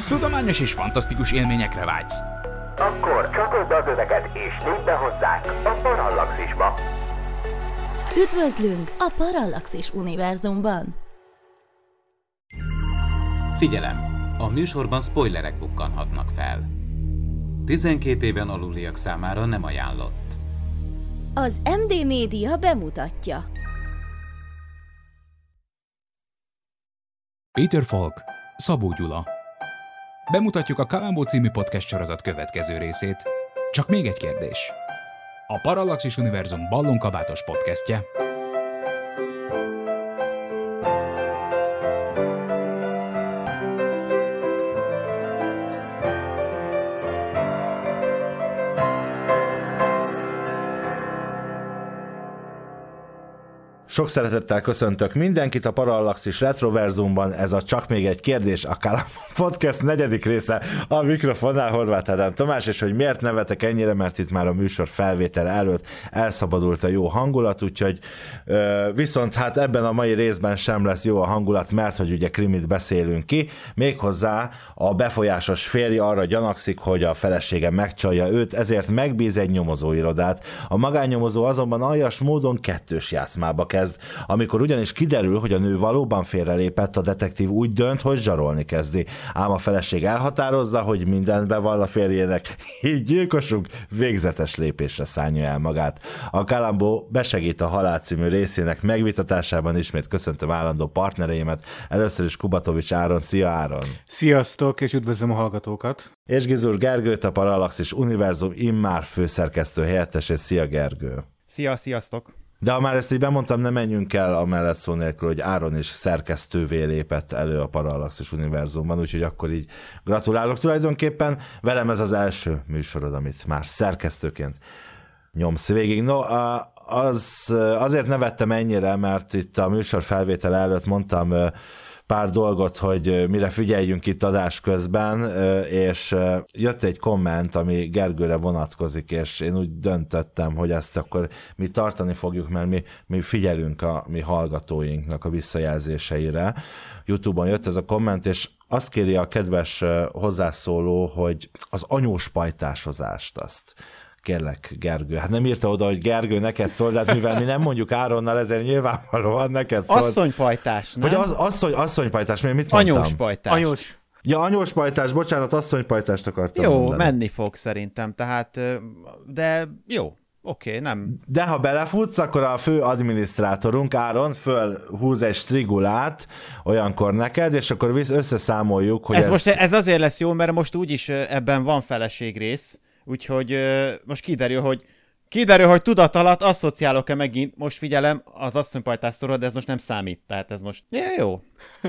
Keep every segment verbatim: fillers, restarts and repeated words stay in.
Tudományos és fantasztikus élményekre vágysz? Akkor csatold az öveket és lépj be hozzánk a Parallaxisba! Üdvözlünk a Parallaxis univerzumban! Figyelem! A műsorban spoilerek bukkanhatnak fel. tizenkét éven aluliak számára nem ajánlott. Az em dé Média bemutatja. Peter Falk, Szabó Gyula. Bemutatjuk a Kalambó című podcast sorozat következő részét. Csak még egy kérdés. A Parallaxis univerzum ballonkabátos podcastje. Sok szeretettel köszöntök mindenkit a Parallaxis Retroverzumban, ez a Csak még egy kérdés, a Kalambó Podcast negyedik része, a mikrofonnál Horváth Ádám Tamás, és hogy miért nevetek ennyire, mert itt már a műsor felvétel előtt elszabadult a jó hangulat, úgyhogy ö, viszont hát ebben a mai részben sem lesz jó a hangulat, mert hogy ugye krimit beszélünk ki, méghozzá a befolyásos férj arra gyanakszik, hogy a felesége megcsalja őt, ezért megbíz egy nyomozóirodát. A magánnyomozó azonban aljas módon kettős játszmába kezd. Amikor ugyanis kiderül, hogy a nő valóban félrelépett, a detektív úgy dönt, hogy zsarolni kezdi. Ám a feleség elhatározza, hogy mindent bevall a férjének, így gyilkosunk végzetes lépésre szánja el magát. A Kalambó besegít a Halál című részének megvitatásában, ismét köszöntöm állandó partnereimet. Először is Kubatovics Áron. Szia Áron! Sziasztok, és üdvözlöm a hallgatókat! És Gizur Gergőt, a Parallaxis univerzum immár főszerkesztő helyettesét. Szia Gergő! Szia, sziasztok! De ha már ezt így bemondtam, ne menjünk el amellett szó nélkül, hogy Áron is szerkesztővé lépett elő a Parallaxis univerzumban, úgyhogy akkor így gratulálok. Tulajdonképpen velem ez az első műsorod, amit már szerkesztőként nyomsz végig. No, az, azért nevettem ennyire, mert itt a műsor felvétel előtt mondtam pár dolgot, hogy mire figyeljünk itt adás közben, és jött egy komment, ami Gergőre vonatkozik, és én úgy döntöttem, hogy ezt akkor mi tartani fogjuk, mert mi, mi figyelünk a mi hallgatóinknak a visszajelzéseire. YouTube-on jött ez a komment, és azt kéri a kedves hozzászóló, hogy az anyós pajtásozást azt kérlek, Gergő. Hát nem írta oda, hogy Gergő, neked szól, de hát mivel mi nem mondjuk Áronnal, ezért nyilvánvalóan neked szól. Asszonypajtás, nem? Vagy az, asszony, asszonypajtás, miért mit mondtam? Anyóspajtás. Anyós. Ja, anyóspajtás, bocsánat, asszonypajtást akartam jó, mondani. menni fog szerintem, tehát, de jó. Oké, okay, nem. De ha belefutsz, akkor a fő adminisztrátorunk, Áron, fölhúz egy strigulát olyankor neked, és akkor visz, összeszámoljuk, hogy ez, ez... Most, ez azért lesz jó, mert most úgyis ebben van feleségrész, úgyhogy most kiderül, hogy Kiderül, hogy tudat alatt asszociálok-e megint, most figyelem, az asszonypajtásztorra, de ez most nem számít, tehát ez most... Ja, jó.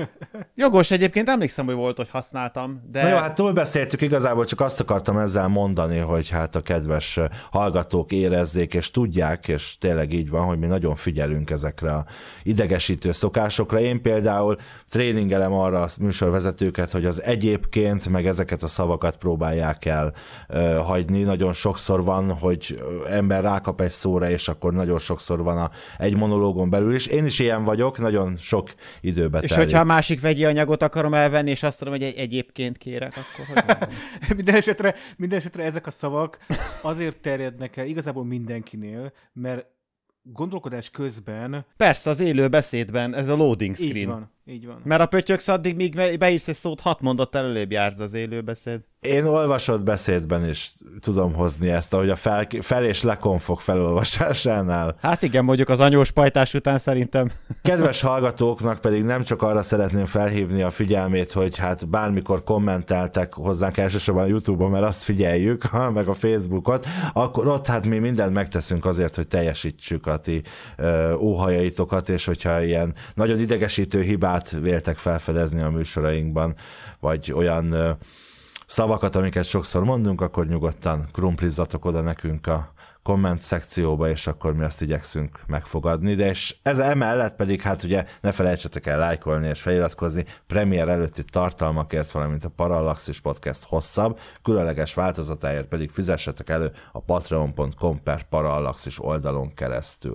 Jogos egyébként, emlékszem, hogy volt, hogy használtam, de... Na jó, hát túlbeszéltük, igazából csak azt akartam ezzel mondani, hogy hát a kedves hallgatók érezzék, és tudják, és tényleg így van, hogy mi nagyon figyelünk ezekre a idegesítő szokásokra. Én például tréningelem arra a műsorvezetőket, hogy az egyébként, meg ezeket a szavakat próbálják el uh, hagyni. Nagyon sokszor van, hogy ember rákap egy szóra, és akkor nagyon sokszor van a, egy monológon belül is. Én is ilyen vagyok, nagyon sok időbe telik. És hogyha a másik vegyi anyagot akarom elvenni, és azt mondom, hogy egy egyébként kérek, akkor hogy minden, esetre, minden esetre ezek a szavak azért terjednek el igazából mindenkinél, mert gondolkodás közben... Persze, az élő beszédben, ez a loading screen. Így van, így van. Mert a pötyöksz addig, míg beírsz egy szót, hat mondat előbb jársz az élő beszéd. Én olvasott beszédben is tudom hozni ezt, ahogy a fel, fel és lekonfok felolvasásánál. Hát igen, mondjuk az anyós pajtás után szerintem. Kedves hallgatóknak pedig nem csak arra szeretném felhívni a figyelmét, hogy hát bármikor kommenteltek hozzánk, elsősorban a YouTube-on, mert azt figyeljük, meg a Facebookot, akkor ott hát mi mindent megteszünk azért, hogy teljesítsük a ti ö, óhajaitokat, és hogyha ilyen nagyon idegesítő hibát véltek felfedezni a műsorainkban, vagy olyan ö, szavakat, amiket sokszor mondunk, akkor nyugodtan krumplizzatok oda nekünk a komment szekcióba, és akkor mi azt igyekszünk megfogadni, de és ez emellett pedig hát ugye ne felejtsetek el lájkolni és feliratkozni premier előtti tartalmakért, valamint a Parallaxis Podcast hosszabb, különleges változatáért pedig fizessetek elő a patreon pont com per Parallaxis oldalon keresztül.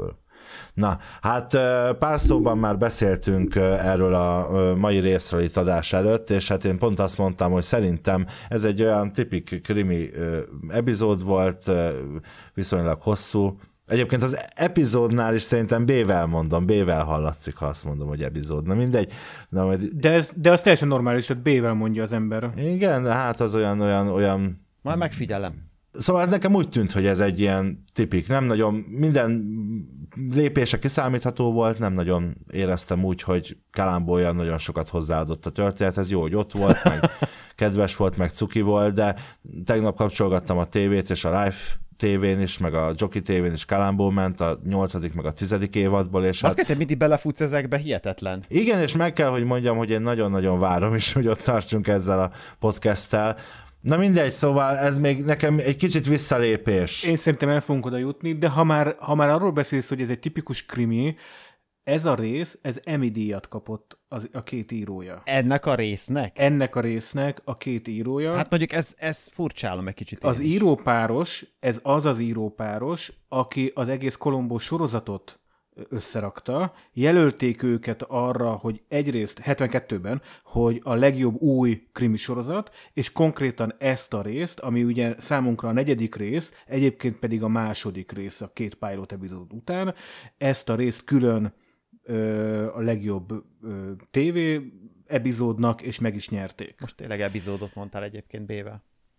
Na, hát pár szóban már beszéltünk erről a mai részről itt adás előtt, és hát én pont azt mondtam, hogy szerintem ez egy olyan tipik krimi epizód volt, viszonylag hosszú. Egyébként az epizódnál is szerintem B-vel mondom, B-vel hallatszik, ha azt mondom, hogy epizód. Na mindegy. Na, majd... de, ez, de az teljesen normális, hogy B-vel mondja az ember. Igen, de hát az olyan, olyan, olyan... Majd megfigyelem. Szóval ez nekem úgy tűnt, hogy ez egy ilyen tipik, nem nagyon, minden lépése kiszámítható volt, nem nagyon éreztem úgy, hogy Columbo olyan nagyon sokat hozzáadott a történethez, jó, hogy ott volt, meg kedves volt, meg cuki volt, de tegnap kapcsolgattam a tévét, és a Live tévén is, meg a Jockey tévén is Columbo ment a nyolcadik, meg a tizedik évadból, és azt hát... kell, te mindig belefutsz ezekbe, hihetetlen. Igen, és meg kell, hogy mondjam, hogy én nagyon-nagyon várom is, hogy ott tartsunk ezzel a podcasttel. Na mindegy, szóval ez még nekem egy kicsit visszalépés. Én szerintem el fogunk oda jutni, de ha már, ha már arról beszélsz, hogy ez egy tipikus krimi, ez a rész, ez Emmy díjat kapott az, a két írója. Ennek a résznek? Ennek a résznek a két írója. Hát mondjuk ez, ez furcsálom egy kicsit. Az írópáros, ez az az írópáros, aki az egész Columbo sorozatot összerakta, jelölték őket arra, hogy egyrészt hetvenkettőben, hogy a legjobb új krimi sorozat, és konkrétan ezt a részt, ami ugye számunkra a negyedik rész, egyébként pedig a második rész a két pilot epizód után, ezt a részt külön ö, a legjobb ö, tévé epizódnak, és meg is nyerték. Most tényleg epizódot mondtál egyébként B-vel.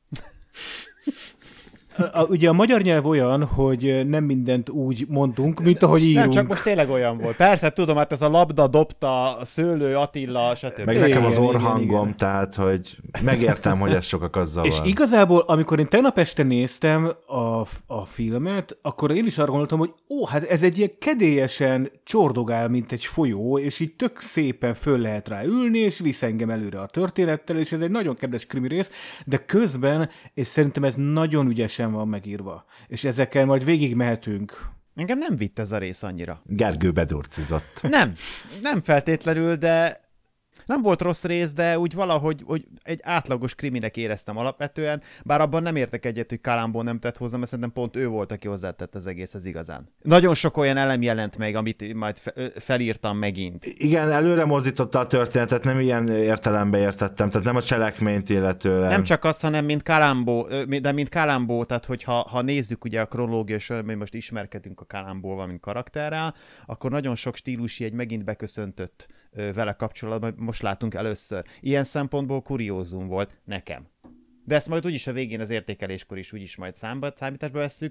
A, ugye a magyar nyelv olyan, hogy nem mindent úgy mondunk, mint ahogy írunk. Nem, csak most tényleg olyan volt. Persze, tudom, hát ez a labda dobta, a Szőlő, Attila, stb. Meg nekem az Igen, orrhangom, igen, igen. tehát, hogy megértem, hogy ez sokakat zavar. És igazából, amikor én tegnap este néztem a, a filmet, akkor én is arra gondoltam, hogy ó, hát ez egy ilyen kedélyesen csordogál, mint egy folyó, és így tök szépen föl lehet rá ülni, és visz engem előre a történettel, és ez egy nagyon kedves krimi rész, de közben, és szerintem ez nagyon ügyesen van megírva. És ezekkel majd végig mehetünk. Engem nem vitt ez a rész annyira. Gergő bedurcizott. Nem, nem feltétlenül, de nem volt rossz rész, de úgy valahogy hogy egy átlagos kriminek éreztem alapvetően, bár abban nem értek egyet, hogy Columbo nem tett hozzá, mert szerintem pont ő volt, aki hozzátett az egészhez igazán. Nagyon sok olyan elem jelent meg, amit majd felírtam megint. Igen, előre mozdította a történetet, nem ilyen értelembe értettem, tehát nem a cselekményt illetően. Nem csak az, hanem mint Columbo, de mint Columbo, tehát hogyha ha nézzük ugye a kronológiai sorban, mi most ismerkedünk a Columboval, mint karakterrel, akkor nagyon sok stílusi egy megint beköszöntött vele kapcsolatban, most látunk először. Ilyen szempontból kuriózum volt nekem. De ezt majd úgyis a végén az értékeléskor is úgyis majd számba, számításba vesszük.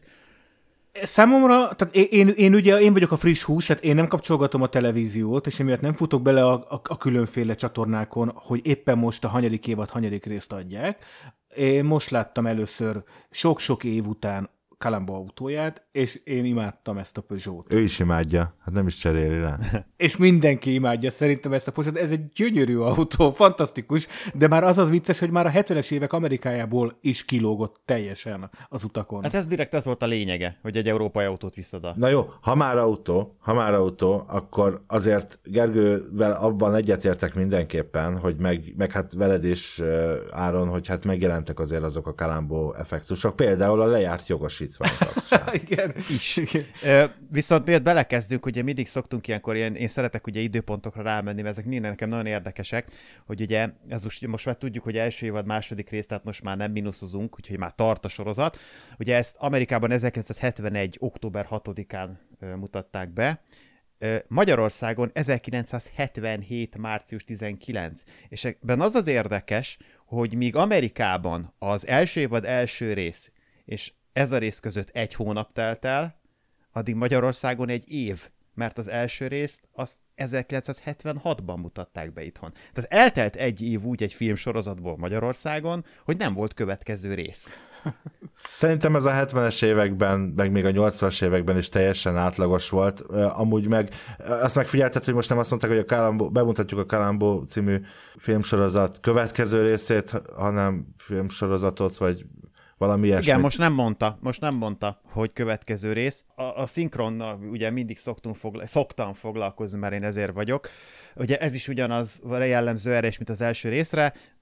Számomra, tehát én, én, én ugye, én vagyok a friss hús, tehát én nem kapcsolgatom a televíziót, és emiatt nem futok bele a, a, a különféle csatornákon, hogy éppen most a hanyadik évad hanyadik részt adják. Én most láttam először sok-sok év után Columbo autóját, és én imádtam ezt a Peugeot-t. Ő is imádja, hát nem is cseréli rá. És mindenki imádja szerintem ezt a Peugeot. Ez egy gyönyörű autó, fantasztikus, de már az az vicces, hogy már a hetvenes évek Amerikájából is kilógott teljesen az utakon. Hát ez direkt ez volt a lényege, hogy egy európai autót visszad. Na jó, ha már autó, ha már autó, akkor azért Gergővel abban egyetértek mindenképpen, hogy meg, meg hát veled is, Áron, hogy hát megjelentek azért azok a Columbo effektusok, például a lejárt jogosítvány kapcsán. Igen. Is. Igen. Viszont miért belekezdünk, ugye mindig szoktunk ilyenkor, ilyen, én szeretek ugye időpontokra rámenni, mert ezek minden nekem nagyon érdekesek, hogy ugye ez most, most már tudjuk, hogy első évad, második rész, tehát most már nem mínuszozunk, úgyhogy már tart a sorozat. Ugye ezt Amerikában ezerkilencszázhetvenegy. október hatodikán mutatták be, Magyarországon ezerkilencszázhetvenhét. március tizenkilencedike. És ebben az az érdekes, hogy míg Amerikában az első évad első rész, és ez a rész között egy hónap telt el, addig Magyarországon egy év, mert az első részt azt ezerkilencszázhetvenhatban mutatták be itthon. Tehát eltelt egy év úgy egy filmsorozatból Magyarországon, hogy nem volt következő rész. Szerintem ez a hetvenes években, meg még a nyolcvanas években is teljesen átlagos volt. Amúgy meg azt megfigyelted, hogy most nem azt mondták, hogy a Columbo, bemutatjuk a Columbo című filmsorozat következő részét, hanem filmsorozatot, vagy valami ilyesmi. Igen, most nem mondta, most nem mondta, hogy következő rész. A, a szinkronnal ugye mindig szoktunk fogla- szoktam foglalkozni, mert én ezért vagyok. Ugye ez is ugyanaz jellemző erre is, mint az első részre.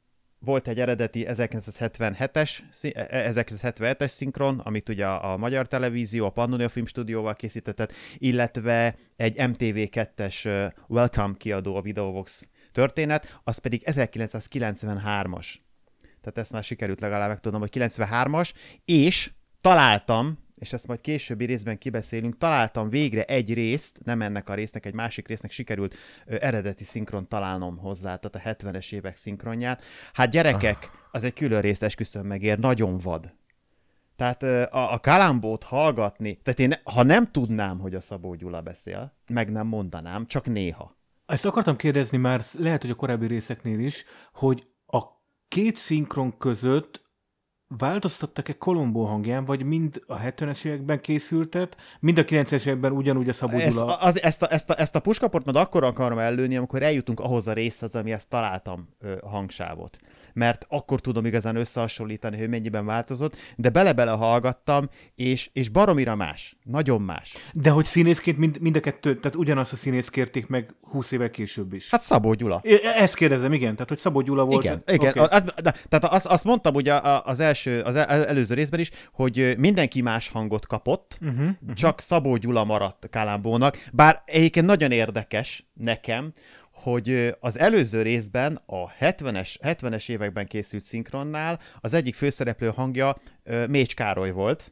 volt egy eredeti ezerkilencszázhetvenhetes, ezerkilencszázhetvenhetes szinkron, amit ugye a Magyar Televízió, a Pannonia Filmstúdióval készítetett, illetve egy em té vé kettes Welcome kiadó, a Videovox történet, az pedig ezerkilencszázkilencvenhármas. Tehát ezt már sikerült legalább megtudnom, hogy kilencvenhármas, és találtam, és ezt majd későbbi részben kibeszélünk, találtam végre egy részt, nem ennek a résznek, egy másik résznek sikerült ö, eredeti szinkron találnom hozzá, tehát a hetvenes évek szinkronját. Hát gyerekek, az egy külön részt esküszöm megér, nagyon vad. Tehát ö, a, a Kalambót hallgatni, tehát én ha nem tudnám, hogy a Szabó Gyula beszél, meg nem mondanám, csak néha. Ezt akartam kérdezni már, lehet, hogy a korábbi részeknél is, hogy a két szinkron között változtattak-e Columbo hangján, vagy mind a hetvenes években készültet, mind a kilencvenes években ugyanúgy a Szabó Gyula? Ezt, az, ezt, a, ezt, a, ezt a puskaport majd akkor akarom előni, amikor eljutunk ahhoz a részhez, amihez találtam ö, hangsávot. Mert akkor tudom igazán összehasonlítani, hogy mennyiben változott, de bele-bele hallgattam, és, és baromira más. Nagyon más. De hogy színészként mind, mind a kettő, tehát ugyanazt a színész kérték meg húsz évvel később is. Hát Szabó Gyula. É, ezt kérdezem, igen, tehát hogy Szabó Gyula volt. Igen, igen. Okay. Az, de, tehát azt, azt mondtam ugye az első, az előző részben is, hogy mindenki más hangot kapott, uh-huh, uh-huh. csak Szabó Gyula maradt Kalambónak, bár egyébként nagyon érdekes nekem, hogy az előző részben a hetvenes, hetvenes években készült szinkronnál az egyik főszereplő hangja Mécs Károly volt,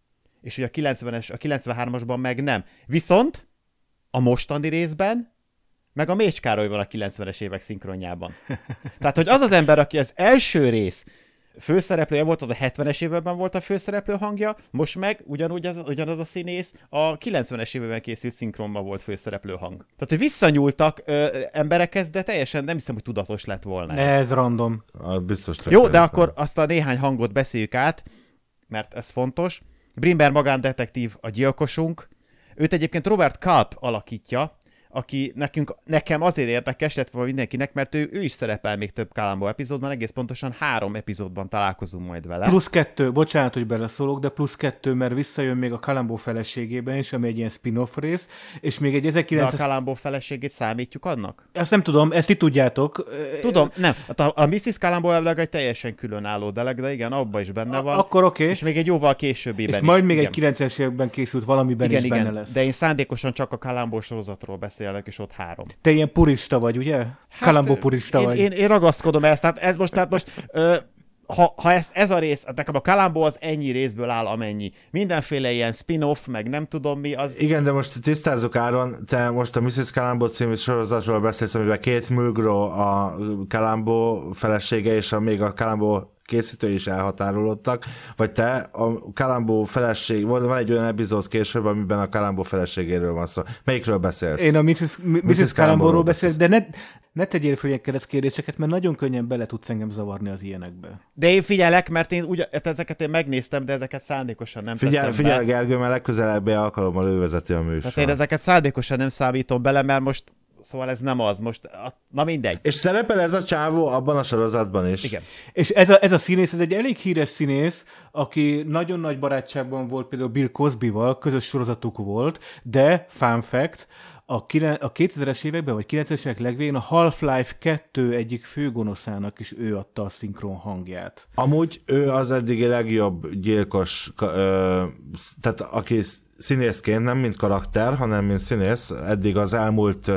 és ugye a kilencvenes, a kilencvenhármasban meg nem. Viszont a mostani részben meg a Mécs Károly van a kilencvenes évek szinkronjában. Tehát, hogy az az ember, aki az első rész főszereplője volt, az a hetvenes években volt a főszereplő hangja, most meg ugyanúgy az, ugyanaz a színész a kilencvenes években készült szinkronban volt főszereplő hang. Tehát, hogy visszanyúltak ö, emberekhez, de teljesen nem hiszem, hogy tudatos lett volna ez. Ez random. Ah, biztos. Jó, de akkor azt a néhány hangot beszéljük át, mert ez fontos. Brimber magándetektív a gyilkosunk. Őt egyébként Robert Culp alakítja, aki nekünk, nekem azért érdekes, illetve mindenkinek, mert ő, ő is szerepel még több Columbo epizódban, egész pontosan három epizódban találkozunk majd vele. Plusz kettő, bocsánat, hogy beleszólok, de plusz kettő, mert visszajön még a Columbo feleségében is, ami egy ilyen spin-off rész, és még egy ezerkilencszáz... De a Columbo feleségét számítjuk annak? Ezt nem tudom, ezt ti tudjátok. Tudom, nem. A, a missus Columbo elvileg egy teljesen különálló deleg, de igen, abban is benne van. Akkor oké. Okay. És még egy jóval későbbiben és is. majd még igen. egy kilencvenes években készült valamiben igen, is igen, benne lesz. De én szándékosan csak a Columbo sorozatról beszélek, és ott három. Te ilyen purista vagy, ugye? Hát, Columbo purista én, vagy. Én, én ragaszkodom ezt, tehát ez most, tehát most ö, ha, ha ez, ez a rész, nekem a Columbo az ennyi részből áll, amennyi. Mindenféle ilyen spin-off, meg nem tudom mi, az... Igen, de most tisztázzuk, Áron, te most a missus Columbo című sorozatról beszélsz, amiben Kate Mulgrew a Columbo felesége, és a, még a Columbo készítői is elhatárolódtak, vagy te a Columbo feleség, van egy olyan epizód később, amiben a Columbo feleségéről van szó. Melyikről beszélsz? Én a missus missus Columbo-ról beszélek, de ne, ne tegyél fel ilyen keresztkérdéseket, mert nagyon könnyen bele tudsz engem zavarni az ilyenekbe. De én figyelek, mert én úgy, ezeket én megnéztem, de ezeket szándékosan nem Figyel, tettem figyelj, be. Gergő, mert legközelebbi alkalommal ő vezeti a műsor. Tehát én ezeket szándékosan nem számítom bele, mert most szóval ez nem az, most, na mindegy. És szerepel ez a csávó abban a sorozatban is. Igen. És ez a, ez a színész, ez egy elég híres színész, aki nagyon nagy barátságban volt például Bill Cosbyval, közös sorozatuk volt, de fun fact, a, kire, a kétezres években, vagy kilencvenes évek legvégén a Half-Life kettő egyik főgonoszának is ő adta a szinkron hangját. Amúgy ő az eddigi legjobb gyilkos, ö, tehát aki színészként, nem mint karakter, hanem mint színész, eddig az elmúlt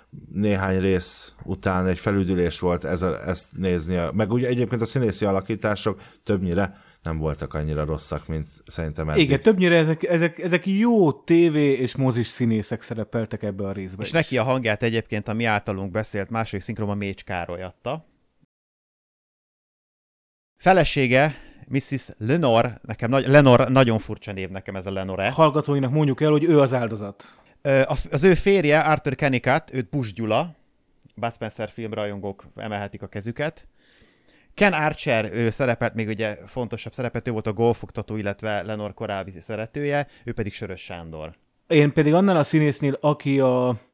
néhány rész után egy felüdülés volt ez a, ezt nézni. Meg ugye egyébként a színészi alakítások többnyire nem voltak annyira rosszak, mint szerintem eddig. Igen, többnyire ezek, ezek, ezek jó tévé és mozis színészek szerepeltek ebbe a részbe. És is. neki a hangját egyébként a mi általunk beszélt második szinkronban Mécs Károly adta. Felesége, missus Lenore, nekem nagy, Lenore, nagyon furcsa név nekem ez a Lenore. Hallgatóinak mondjuk el, hogy ő az áldozat. Az ő férje, Arthur Kennicott, őt Bush Gyula, Bud Spencer filmrajongók emelhetik a kezüket. Ken Archer, ő szerepelt, még ugye fontosabb szerepet, ő volt a golfoktató, illetve Lenore korábbi szeretője, ő pedig Sörös Sándor. Én pedig annál a színésznél, aki a,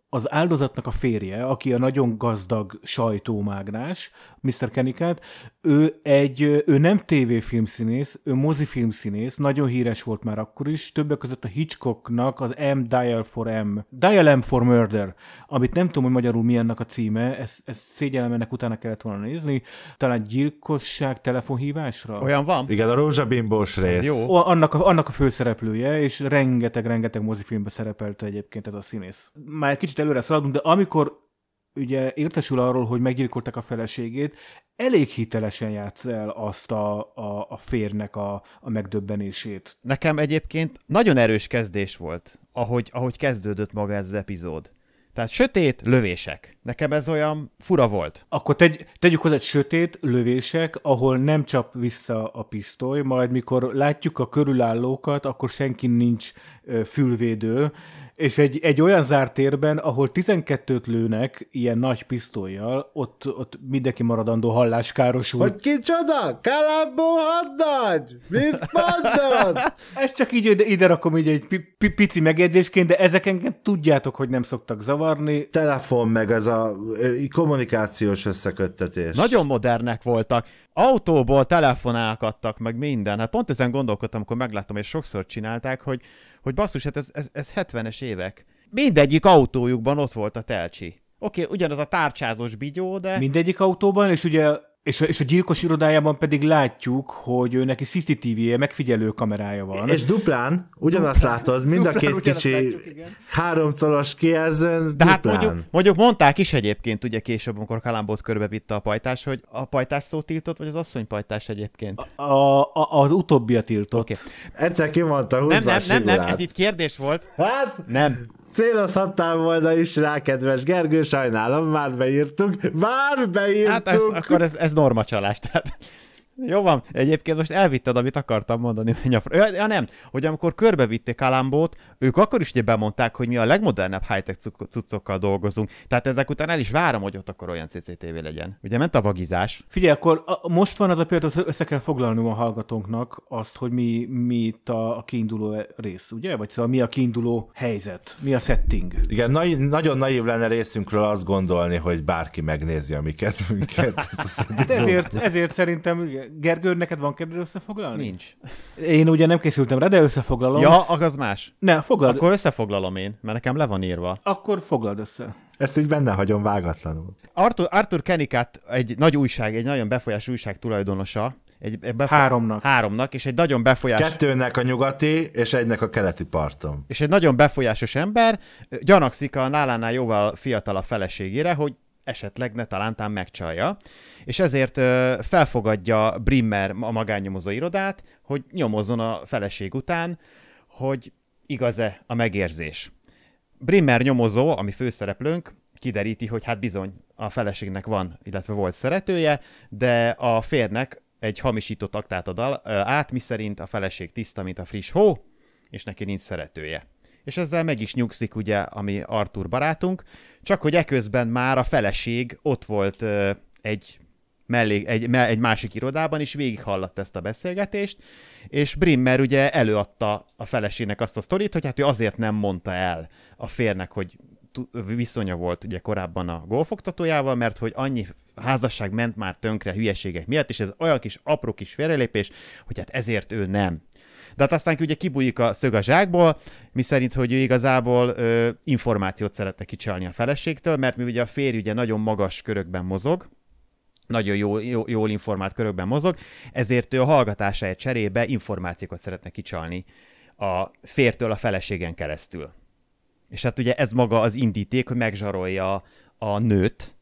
az áldozatnak a férje, aki a nagyon gazdag sajtómágnás, miszter Kennicott, ő egy, ő nem tévéfilmszínész, ő mozifilmszínész, nagyon híres volt már akkor is, többek között a Hitchcocknak az M. Dial for M, Dial M for Murder, amit nem tudom, hogy magyarul mi annak a címe, ez, ez szégyellem, ennek utána kellett volna nézni, talán gyilkosság telefonhívásra? Olyan van? Igen, a rózsabimbós rész. Jó. O, annak, a, annak a főszereplője, és rengeteg-rengeteg mozifilmbe szerepelt egyébként ez a színész. Már egy kicsit előre szaladunk, de amikor ugye értesül arról, hogy meggyilkolták a feleségét, elég hitelesen játsz el azt a, a, a férnek a, a megdöbbenését. Nekem egyébként nagyon erős kezdés volt, ahogy, ahogy kezdődött maga ez az epizód. Tehát sötét, lövések. Nekem ez olyan fura volt. Akkor tegy, tegyük hozzá, egy sötét, lövések, ahol nem csap vissza a pisztoly, majd mikor látjuk a körülállókat, akkor senki nincs ö, fülvédő, és egy, egy olyan zárt térben, ahol tizenkettőt lőnek ilyen nagy pisztollyal, ott, ott mindenki maradandó halláskárosult. Hogy kicsoda? Kalambó hadnagy? Mit mondod? Ez csak így ide, ide rakom így egy pi- pi- pici megjegyzésként, de ezeken tudjátok, hogy nem szoktak zavarni. Telefon meg ez a ö, kommunikációs összeköttetés. Nagyon modernek voltak. Autóból telefonálkattak, meg minden. Hát pont ezen gondolkodtam, amikor megláttam, és sokszor csinálták, hogy, hogy basszus, hát ez, ez, ez hetvenes évek. Mindegyik autójukban ott volt a telcsi. Oké, okay, ugyanaz a tárcsázós bigyó, de... Mindegyik autóban, és ugye és a, és a gyilkos irodájában pedig látjuk, hogy ő neki cé cé té vé-je, megfigyelő kamerája van. És duplán, ugyanazt duplán, látod, mind a két kicsi látjuk, háromszoros kijelzőn, de hát duplán. mondjuk, mondjuk mondták is egyébként, ugye később, amikor Kalambót körbevitte a pajtás, hogy a pajtás szó tiltott, vagy az asszonypajtás egyébként? A, a, az utóbbi a tiltott. Okay. Egyszer kimondta, húzva nem, nem, a nem, nem, ez itt kérdés volt. Hát, nem. Célozhattál volna is rá, kedves Gergő, sajnálom, már beírtuk, már beírtuk. Hát ez, akkor ez, ez normacsalás, tehát... Jó van, egyébként most elvitted, amit akartam mondani. Ja, ja nem, hogy amikor körbevitték Kalambót, ők akkor is ugye bemondták, hogy mi a legmodernebb high-tech cuccokkal dolgozunk. Tehát ezek után el is várom, hogy ott akkor olyan cé cé té vé legyen. Ugye ment a vagizás. Figyelj, akkor a, most van az a például, össze kell foglalni a hallgatónknak azt, hogy mi, mi itt a, a kiinduló rész, ugye? Vagy szóval mi a kiinduló helyzet, mi a setting. Igen, na, nagyon naív lenne részünkről azt gondolni, hogy bárki megnézi a mi kedvünket. ezért, ezért szerintem Gergő, neked van kedved összefoglalni? Nincs. Én ugye nem készültem rá, de összefoglalom. Ja, az más. Ne, foglald. Akkor összefoglalom én, mert nekem le van írva. Akkor foglald össze. Ezt így benne hagyom vágatlanul. Arthur, Arthur Kennicott egy nagy újság, egy nagyon befolyás újság tulajdonosa. Egy befo- háromnak. Háromnak, és egy nagyon befolyás... Kettőnek a nyugati, és egynek a keleti parton. És egy nagyon befolyásos ember gyanakszik a nálánál jóval fiatalabb feleségére, hogy esetleg ne talántán megcsalja, és ezért ö, felfogadja Brimmer a magánnyomozó irodát, hogy nyomozzon a feleség után, hogy igaz-e a megérzés. Brimmer nyomozó, ami főszereplőnk, kideríti, hogy hát bizony a feleségnek van, illetve volt szeretője, de a férnek egy hamisított aktát ad át, miszerint a feleség tiszta, mint a friss hó, és neki nincs szeretője. És ezzel meg is nyugszik ugye, ami Arthur barátunk, csak hogy eközben már a feleség ott volt uh, egy, mellé, egy, me, egy másik irodában, és végighallatta ezt a beszélgetést, és Brimmer ugye előadta a feleségnek azt a sztorit, hogy hát ő azért nem mondta el a férnek, hogy viszonya volt ugye korábban a golfoktatójával, mert hogy annyi házasság ment már tönkre hülyeségek miatt, és ez olyan kis apró kis félrelépés, hogy hát ezért ő nem. De hát aztán ugye kibújik a szög a zsákból, miszerint, hogy ő igazából ö, információt szeretne kicsalni a feleségtől, mert mi ugye a férj ugye nagyon magas körökben mozog, nagyon jó, jó, jól informált körökben mozog, ezért ő a hallgatásáért cserébe információkat szeretne kicsalni a fértől a feleségen keresztül. És hát ugye ez maga az indíték, hogy megzsarolja a nőt,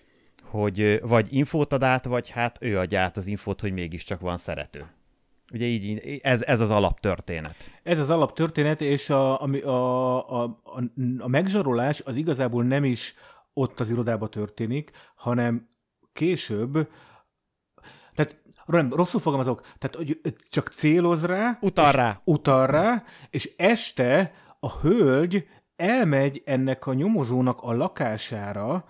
hogy vagy infót ad át, vagy hát ő adja át az infót, hogy mégiscsak van szerető. Ugye így, ez, ez az alaptörténet. Ez az alaptörténet, és a, a, a, a, a megzsarolás az igazából nem is ott az irodában történik, hanem később, tehát nem, rosszul fogalmazok, tehát hogy csak céloz rá, utal rá. utal rá, és este a hölgy elmegy ennek a nyomozónak a lakására,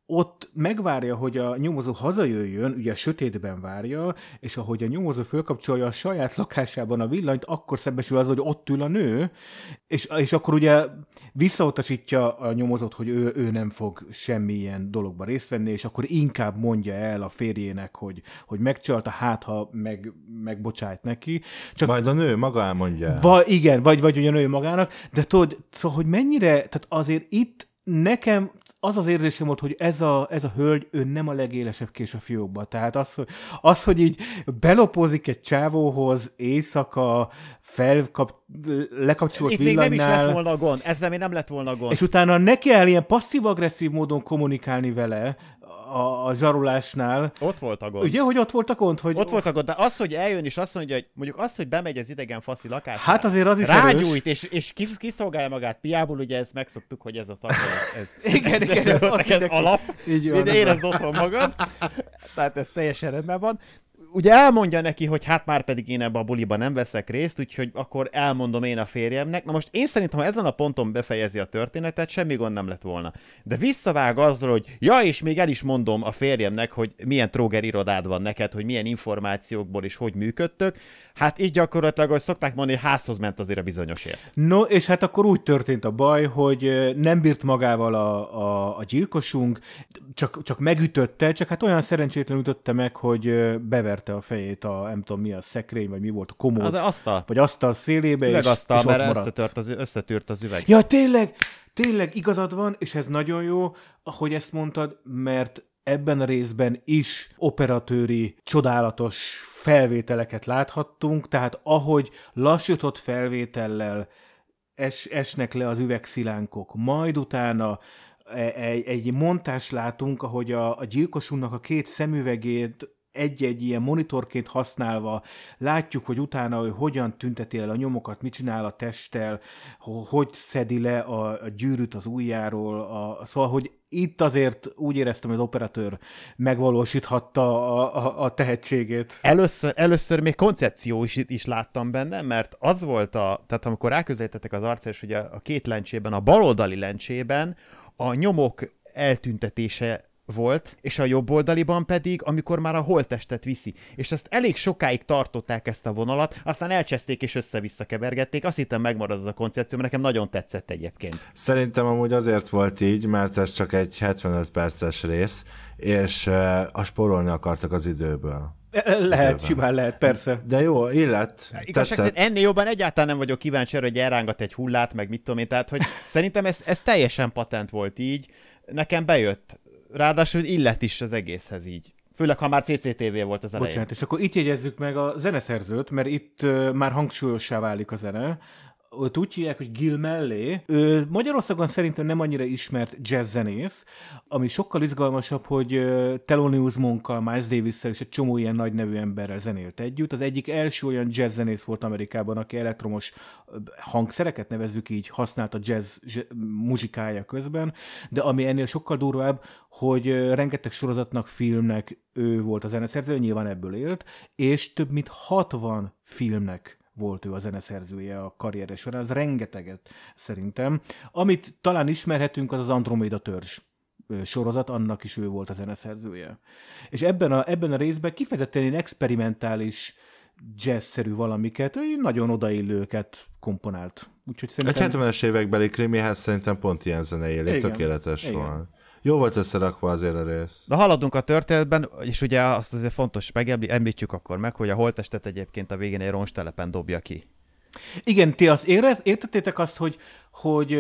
ott megvárja, hogy a nyomozó hazajöjjön, ugye a sötétben várja, és ahogy a nyomozó fölkapcsolja a saját lakásában a villanyt, akkor szembesül az, hogy ott ül a nő, és, és akkor ugye visszautasítja a nyomozót, hogy ő, ő nem fog semmilyen dologba részt venni, és akkor inkább mondja el a férjének, hogy, hogy megcsalta, hát ha meg, megbocsájt neki. Csak Majd a nő maga elmondja. Va, igen, vagy, vagy ugye a nő magának, de tudod, szóval, hogy mennyire, tehát azért itt nekem az az érzésem volt, hogy ez a, ez a hölgy, ő nem a legélesebb kés a fiókba. Tehát az, hogy, az, hogy így belopozik egy csávóhoz éjszaka, felkap, lekapcsolt itt villanynál. még nem is lett volna gond, ezzel még nem lett volna gond. És utána neki kell ilyen passzív-agresszív módon kommunikálni vele a, a zsarolásnál. Ott volt a gond. Ugye, hogy ott volt a gond? Hogy... Ott volt a gond, de az, hogy eljön és azt mondja, hogy mondjuk az, hogy bemegy az idegen faszi lakásra, hát azért az is rágyújt, és, és kiszolgálja magát piából, ugye ezt megszoktuk, hogy ez a tagja, ez, igen, ez, igen, ez, ez, ez, ez alap, de érezd otthon magad, tehát ez teljesen rendben van. Ugye elmondja neki, hogy hát már pedig én ebbe a buliba nem veszek részt, úgyhogy akkor elmondom én a férjemnek. Na most én szerintem, ha ezen a ponton befejezi a történetet, semmi gond nem lett volna. De visszavág azzal, hogy ja, és még el is mondom a férjemnek, hogy milyen tróger irodád van neked, hogy milyen információkból is hogy működtök. Hát így gyakorlatilag, ahogy szokták mondani, házhoz ment azért a bizonyosért. No, és hát akkor úgy történt a baj, hogy nem bírt magával a, a, a gyilkosunk, csak, csak megütötte, csak hát olyan szerencsétlen ütötte meg, hogy beverte a fejét a, nem tudom mi a szekrény, vagy mi volt a komód, Az asztal. vagy asztal szélébe, és, Üvegasztal, és ott mert maradt. összetört az, összetűrt az üveg. Ja, tényleg, tényleg igazad van, és ez nagyon jó, ahogy ezt mondtad, mert ebben a részben is operatőri, csodálatos felvételeket láthattunk, tehát ahogy lassított felvétellel es, esnek le az üvegszilánkok, majd utána egy, egy montást látunk, ahogy a, a gyilkosunknak a két szemüvegét egy-egy ilyen monitorként használva látjuk, hogy utána ő hogyan tünteti el a nyomokat, mit csinál a testtel, hogy szedi le a, a gyűrűt az ujjáról, a, szóval, hogy itt azért úgy éreztem, hogy az operatőr megvalósíthatta a, a, a tehetségét. Először, először még koncepció is, is láttam benne, mert az volt a, tehát amikor ráközelítettek az arcára, és ugye a két lencsében, a baloldali lencsében a nyomok eltüntetése volt, és a jobb oldaliban pedig, amikor már a holttestet viszi. És ezt elég sokáig tartották ezt a vonalat, aztán elcseszték és össze-vissza kevergették. Azt hittem megmarad az a koncepció, mert nekem nagyon tetszett egyébként. Szerintem amúgy azért volt így, mert ez csak egy hetvenöt perces rész, és a spórolni akartak az időből. Lehet, Időben. simán lehet, persze. De jó, illet, Igazság szerint ennél jobban egyáltalán nem vagyok kíváncsi arra, hogy elrángat egy hullát, meg mit tudom én, tehát hogy szerintem ez, ez teljesen patent volt így. Nekem bejött. Ráadásul illet is az egészhez így. Főleg, ha már cé cé té vé volt az elején. Bocsánat, és akkor itt jegyezzük meg a zeneszerzőt, mert itt uh, már hangsúlyossá válik a zene. Őt úgy hívják, hogy Gil Mellé. Ő Magyarországon szerintem nem annyira ismert jazzzenész, ami sokkal izgalmasabb, hogy uh, Thelonious Monkkal, Miles Davis-szel és egy csomó ilyen nagy nevű emberrel zenélt együtt. Az egyik első olyan jazzzenész volt Amerikában, aki elektromos hangszereket, nevezzük így, használt a jazz muzsikája közben, de ami ennél sokkal durvább, hogy rengeteg sorozatnak, filmnek ő volt a zeneszerző, nyilván ebből élt, és több mint hatvan filmnek volt ő a zeneszerzője a karrieres során, az rengeteget szerintem. Amit talán ismerhetünk, az az Andromeda törzs sorozat, annak is ő volt a zeneszerzője. És ebben a, ebben a részben kifejezetten ilyen experimentális jazz-szerű valamiket, nagyon odaillőket komponált. Úgyhogy szerintem... Egy hetvenes évekbeli krimihez szerintem pont ilyen zene élik, tökéletes igen. volt. Jó volt összerakva azért a rész. De haladunk a történetben, és ugye azt azért fontos megemlítsük akkor meg, hogy a holttestet egyébként a végén egy roncstelepen dobja ki. Igen, ti azt érez, értettétek azt, hogy, hogy,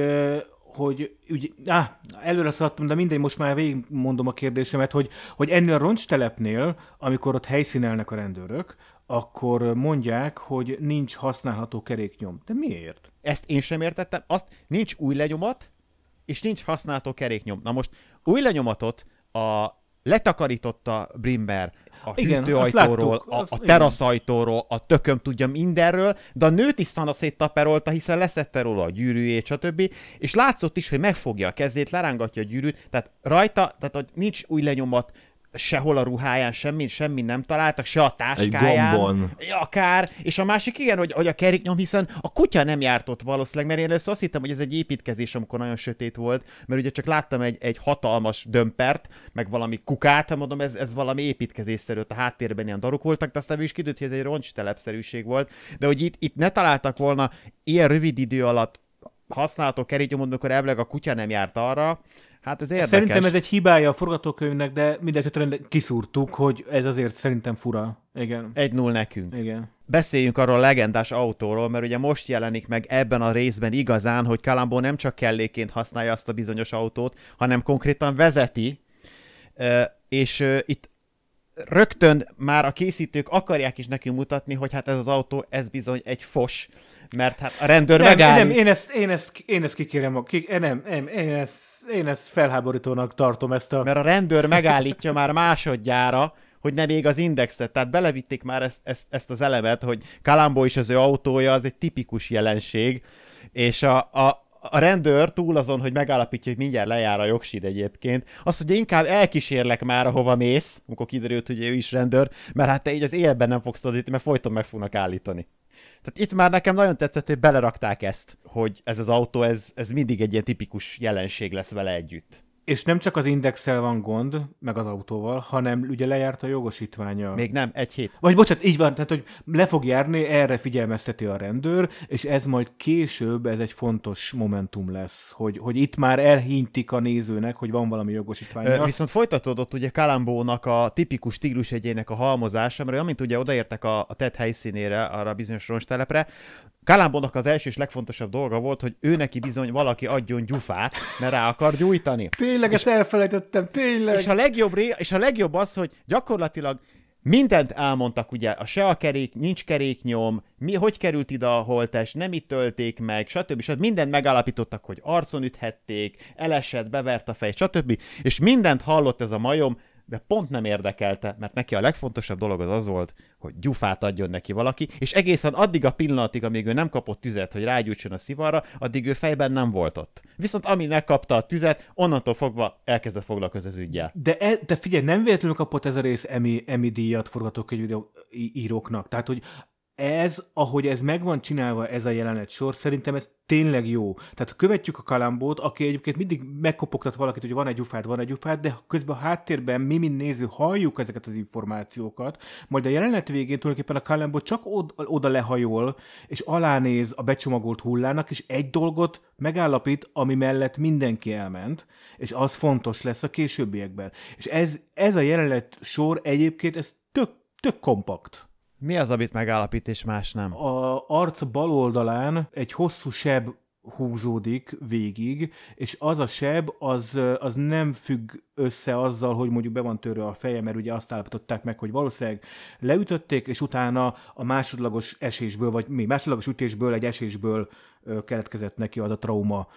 hogy ugye, áh, előre szaladtam, de mindegy, most már végigmondom a kérdésemet, hogy, hogy ennél a roncstelepnél, amikor ott helyszínelnek a rendőrök, akkor mondják, hogy nincs használható keréknyom. De miért? Ezt én sem értettem. Azt nincs új lenyomat, és nincs használható keréknyom. Na most új lenyomatot a letakarította Brimber a igen, hűtőajtóról, láttuk, az, a, a teraszajtóról, a tököm tudja mindenről, de a nőt is szana széttaperolta, hiszen leszette róla a gyűrűjét, stb. És látszott is, hogy megfogja a kezét, lerángatja a gyűrűt, tehát rajta, tehát hogy nincs új lenyomat, sehol a ruháján semmi, semmi nem találtak, se a táskáján. Egy gombon. Akár. És a másik igen, hogy, hogy a keréknyom, hiszen a kutya nem járt ott valószínűleg, mert én először azt hittem, hogy ez egy építkezés, amikor nagyon sötét volt, mert ugye csak láttam egy, egy hatalmas dömpert, meg valami kukát, mondom, ez, ez valami építkezésszerű, a háttérben ilyen daruk voltak, de aztán is kiderült, hogy ez egy roncstelepszerűség volt, de hogy itt, itt ne találtak volna ilyen rövid idő alatt használható keréknyomot, amikor elvileg a kutya nem járt arra. Hát ez érdekes. Szerintem ez egy hibája a forgatókönyvnek, de mindesetre kiszúrtuk, hogy ez azért szerintem fura. Igen. egy null nekünk. Igen. Beszéljünk arról a legendás autóról, mert ugye most jelenik meg ebben a részben igazán, hogy Columbo nem csak kelléként használja azt a bizonyos autót, hanem konkrétan vezeti, és itt rögtön már a készítők akarják is nekünk mutatni, hogy hát ez az autó, ez bizony egy fos, mert hát a rendőr nem, megáll. Nem, én ezt, én ezt, én ezt kikérem, ki, nem, nem, én ezt, én ezt felháborítónak tartom ezt a... Mert a rendőr megállítja már másodjára, hogy nem ég az indexet, tehát belevitték már ezt, ezt, ezt az elemet, hogy Columbo is az ő autója, az egy tipikus jelenség, és a, a A rendőr túl azon, hogy megállapítja, hogy mindjárt lejár a jogsid egyébként, azt mondja, inkább elkísérlek már, ahova mész, amikor kiderült, hogy ő is rendőr, mert hát te így az élben nem fogsz szólítani, mert folyton meg fognak állítani. Tehát itt már nekem nagyon tetszett, hogy belerakták ezt, hogy ez az autó, ez, ez mindig egy ilyen tipikus jelenség lesz vele együtt. És nem csak az indexel van gond, meg az autóval, hanem ugye lejárt a jogosítványa. Még nem, egy hét. Vagy bocsánat, így van, tehát hogy le fog járni, erre figyelmezteti a rendőr, és ez majd később, ez egy fontos momentum lesz, hogy, hogy itt már elhintik a nézőnek, hogy van valami jogosítványa. Ö, viszont folytatódott ugye Columbónak a tipikus stílusegyének a halmozása, mert amint ugye odaértek a, a tett helyszínére, arra a bizonyos roncstelepre, Columbónak az első és legfontosabb dolga volt, hogy ő neki bizony valaki adjon gyufát, mert rá akar gyújtani. Tényleg, ezt elfelejtettem, tényleg. És a legjobb, ré, és a legjobb az, hogy gyakorlatilag mindent elmondtak, ugye, a se a kerék, nincs keréknyom, mi, hogy került ide a holttest, nem itt tölték meg, stb. stb. Mindent megállapítottak, hogy arcon üthették, elesett, bevert a fej, stb. És mindent hallott ez a majom, de pont nem érdekelte, mert neki a legfontosabb dolog az az volt, hogy gyufát adjon neki valaki, és egészen addig a pillanatig, amíg ő nem kapott tüzet, hogy rágyújtson a szivarra, addig ő fejben nem volt ott. Viszont ami megkapta a tüzet, onnantól fogva elkezdett foglalkozni az üggyel. De, e, de figyelj, nem véletlenül kapott ez a rész Emmy, Emmy díjat forgatókönyvíróknak. Tehát, hogy ez, ahogy ez meg van csinálva, ez a jelenet sor, szerintem ez tényleg jó. Tehát követjük a Columbót, aki egyébként mindig megkopogtat valakit, hogy van egy gyufát, van egy gyufát, de közben a háttérben mi, mint néző, halljuk ezeket az információkat, majd a jelenet végén tulajdonképpen a Columbo csak oda, oda lehajol, és alánéz a becsomagolt hullának, és egy dolgot megállapít, ami mellett mindenki elment, és az fontos lesz a későbbiekben. És ez, ez a jelenet sor egyébként, ez tök, tök kompakt. Mi az, amit megállapít, és más nem? A arc bal oldalán egy hosszú seb húzódik végig, és az a seb, az, az nem függ össze azzal, hogy mondjuk be van törve a feje, mert ugye azt állapították meg, hogy valószínűleg leütötték, és utána a másodlagos esésből, vagy mi, másodlagos ütésből, egy esésből keletkezett neki az a trauma,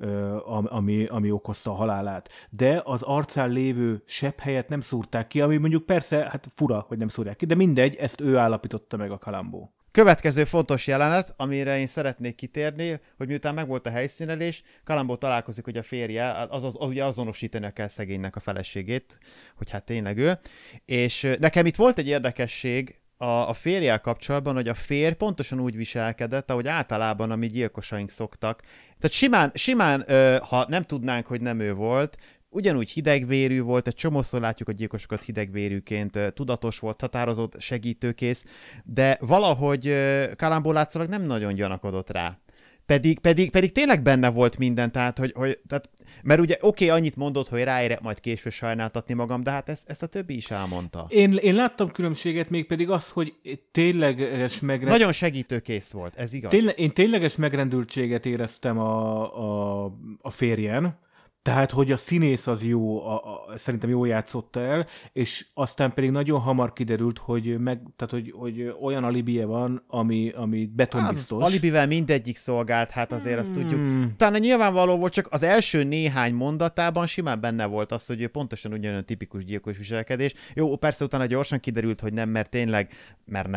ami, ami okozta a halálát. De az arcán lévő seb helyet nem szúrták ki, ami mondjuk persze, hát fura, hogy nem szúrják ki, de mindegy, ezt ő állapította meg a Columbo. Következő fontos jelenet, amire én szeretnék kitérni, hogy miután megvolt a helyszínelés, Columbo találkozik, hogy a férje, azaz az, ugye azonosítani kell szegénynek a feleségét, hogy hát tényleg ő. És nekem itt volt egy érdekesség a, a férjel kapcsolatban, hogy a férj pontosan úgy viselkedett, ahogy általában a mi gyilkosaink szoktak. Tehát simán, simán ha nem tudnánk, hogy nem ő volt, ugyanúgy hidegvérű volt, egy csomószor látjuk a gyilkosokat hidegvérűként, tudatos volt, határozott, segítőkész, de valahogy Columbo látszólag nem nagyon gyanakodott rá. Pedig, pedig, pedig tényleg benne volt minden, tehát, hogy, hogy tehát, mert ugye oké, okay, annyit mondott, hogy ráérek majd később sajnáltatni magam, de hát ezt, ezt a többi is elmondta. Én, én láttam különbséget, mégpedig az, hogy tényleges megrendültséget... Nagyon segítőkész volt, ez igaz. Tényle, én tényleges megrendültséget éreztem a, a, a férjen, tehát, hogy a színész az jó, a, a, szerintem jól játszotta el, és aztán pedig nagyon hamar kiderült, hogy, meg, tehát, hogy, hogy olyan alibije van, ami, ami betonbiztos. Az alibivel mindegyik szolgált, hát azért azt tudjuk. Talán nyilvánvaló volt, csak az első néhány mondatában simán benne volt az, hogy ő pontosan ugyanolyan tipikus gyilkos viselkedés. Jó, persze utána gyorsan kiderült, hogy nem, mert tényleg, mert nem.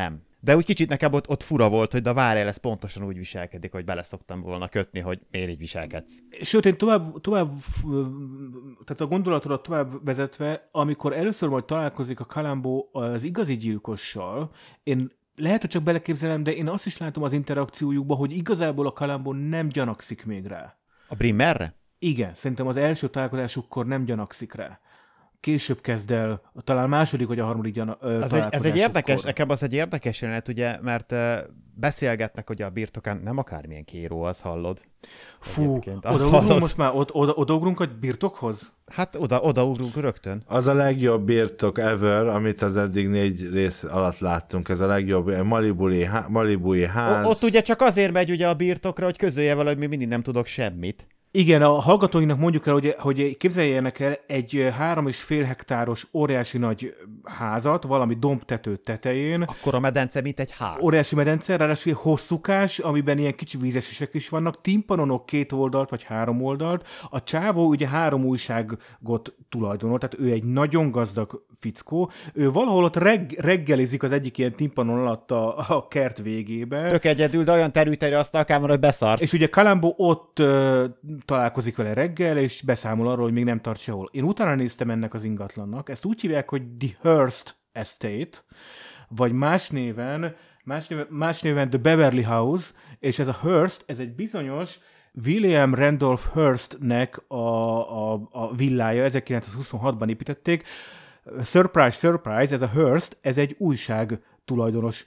De úgy kicsit nekem ott, ott fura volt, hogy de várjál, ez pontosan úgy viselkedik, hogy bele szoktam volna kötni, hogy miért így viselkedsz. Sőt, én tovább, tovább, tehát a gondolatodat tovább vezetve, amikor először majd találkozik a Columbo az igazi gyilkossal, én lehet, hogy csak beleképzelem, de én azt is látom az interakciójukban, hogy igazából a Columbo nem gyanakszik még rá. A Brimmerre? Igen, szerintem az első találkozásukkor nem gyanakszik rá. Később kezd el, talán második vagy a harmadik gyana, ö, ez, egy, ez egy érdekes, nekem az egy érdekes jelenet, ugye, mert uh, beszélgetnek ugye a birtokán, nem akármilyen kéró, az hallod. Fú, odaugrunk most már, oda, oda, odaugrunk a birtokhoz? Hát oda, odaugrunk rögtön. Az a legjobb birtok ever, amit az eddig négy rész alatt láttunk, ez a legjobb Malibui, há, Malibui ház. O, ott ugye csak azért megy ugye a birtokra, hogy közölje vele, hogy még mindig nem tudok semmit. Igen, a hallgatóinknak mondjuk el, hogy, hogy képzeljenek el egy három és fél hektáros óriási nagy házat, valami dombtető tetején. Akkor a medence, mint egy ház. Óriási medence, ráadásul hosszúkás, amiben ilyen kicsi vízesések is vannak, timpanonok két oldalt, vagy három oldalt. A csávó ugye három újságot tulajdonol, tehát ő egy nagyon gazdag fickó. Ő valahol ott reg, reggelizik az egyik ilyen timpanon alatt a, a kert végébe. Tök egyedül, de olyan terülteri asztalkámon, hogy beszarsz. És ugye Columbo ott uh, találkozik vele reggel, és beszámol arról, hogy még nem tart sehol. Én utána néztem ennek az ingatlannak. Ezt úgy hívják, hogy The Hearst Estate, vagy más néven, más néven, más néven The Beverly House, és ez a Hearst, ez egy bizonyos William Randolph Hearstnek a, a, a villája, ezerkilencszázhuszonhatban építették. Surprise, surprise, ez a Hearst, ez egy újság tulajdonos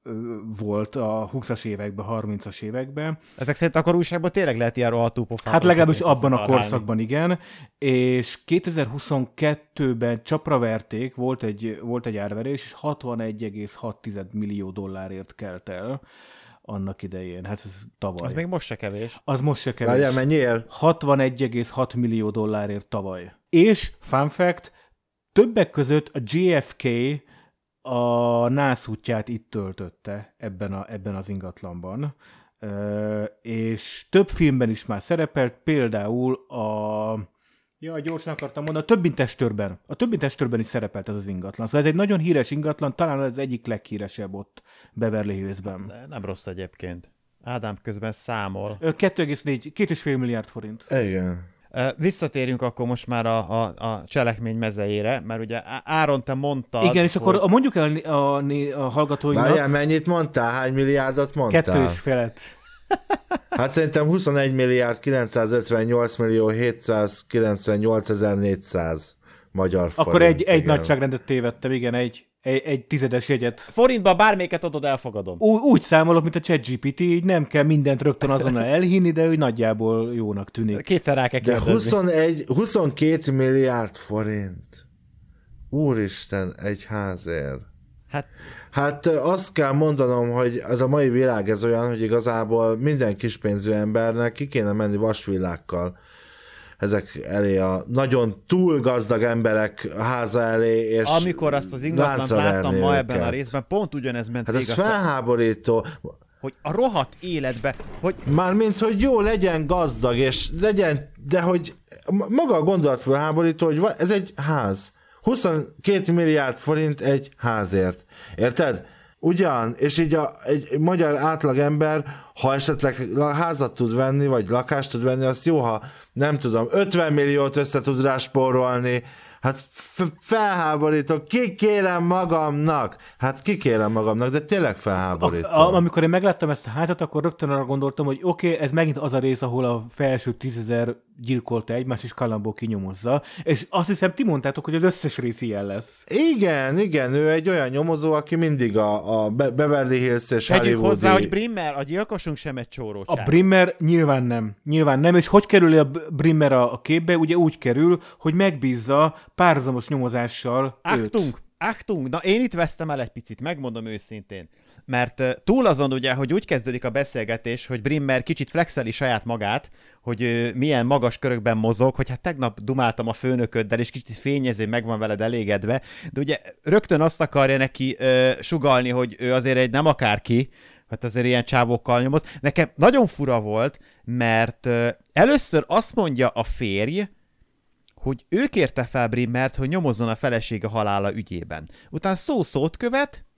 volt a húszas években, harmincas években. Ezek szerint akkor újságban tényleg lehet ilyen rohadtú pofákat? Hát legalábbis abban a korszakban igen, és kétezer-huszonkettőben csapra verték, volt egy, volt egy árverés, és hatvanegy egész hat millió dollárért kelt el annak idején. Hát ez tavaly. Az még most se kevés. Az most se kevés. Várjál, mennyiért? hatvanegy egész hat millió dollárért tavaly. És, fun fact, többek között a jé ef ká a nász útját itt töltötte ebben, a, ebben az ingatlanban, uh, és több filmben is már szerepelt, például a... Ja, gyorsan akartam mondani, a Több mint testőrben. A Több mint testőrben is szerepelt ez az ingatlan. Szóval ez egy nagyon híres ingatlan, talán az egyik leghíresebb ott Beverly Hillsben. De nem rossz egyébként. Ádám közben számol. kettő egész négy, két és fél milliárd forint. Igen. Visszatérjünk akkor most már a, a, a cselekmény mezejére, mert ugye Áron, te mondtad... Igen, és hogy... akkor mondjuk el a, a, a hallgatóinknak... Várjál, mennyit mondtál? Hány milliárdot mondtál? Kettő és felett. Hát szerintem huszonegy milliárd kilencszázötvennyolc millió hétszázkilencvennyolcezer-négyszáz magyar forint. Akkor egy, egy nagyságrendet tévedtem, igen, egy, egy, egy tizedes jegyet. Forintban bármelyiket adod, elfogadom. Ú, úgy számolok, mint a ChatGPT, így nem kell mindent rögtön azonnal elhinni, de úgy nagyjából jónak tűnik. Kétszer rá kell De kérdezni. huszonegy, huszonkét milliárd forint. Úristen, egy házért. Hát... Hát azt kell mondanom, hogy ez a mai világ ez olyan, hogy igazából minden kispénzű embernek ki kéne menni vasvillákkal ezek elé, a nagyon túl gazdag emberek háza elé, és amikor azt az ingatlant láttam ma ebben a részben, pont ugyanez ment hát végig. ez felháborító. Hogy a rohadt életbe, hogy... Mármint, hogy jó, legyen gazdag, és legyen, de hogy maga a gondolat felháborító, hogy ez egy ház. huszonkét milliárd forint egy házért. Érted? Ugyan, és így a, egy magyar átlagember, ha esetleg házat tud venni, vagy lakást tud venni, azt jó, ha nem tudom, ötven milliót össze tud rá spórolni. Hát f- felháborító, kikérem magamnak. Hát kikérem magamnak, de tényleg felháborító. A, a, amikor én megláttam ezt a házat, akkor rögtön arra gondoltam, hogy oké, okay, ez megint az a rész, ahol a felső tízezer gyilkolta egymást, és Columbo kinyomozza. És azt hiszem, ti mondtátok, hogy az összes rész ilyen lesz. Igen, igen, ő egy olyan nyomozó, aki mindig a, a Beverly Hills és Tegyük Hollywoodi... hozzá, hogy Brimmer, a gyilkosunk sem egy csórócsák. A Brimmer nyilván nem. Nyilván nem. És hogy kerül a Brimmer a, a képbe? Ugye úgy kerül, hogy megbízza párhuzamos nyomozással Achtung, őt. Achtung, na én itt vesztem el egy picit, megmondom őszintén. Mert uh, túl azon ugye, hogy úgy kezdődik a beszélgetés, hogy Brimmer kicsit flexeli saját magát, hogy uh, milyen magas körökben mozog, hogy hát tegnap dumáltam a főnököddel, és kicsit fényező, meg van veled elégedve, de ugye rögtön azt akarja neki uh, sugalni, hogy ő azért egy nem akárki, hát azért ilyen csávókkal nyomoz. Nekem nagyon fura volt, mert uh, először azt mondja a férj, hogy ő kérte fel Brimmert, hogy nyomozzon a felesége halála ügyében. Utána szó szót követ,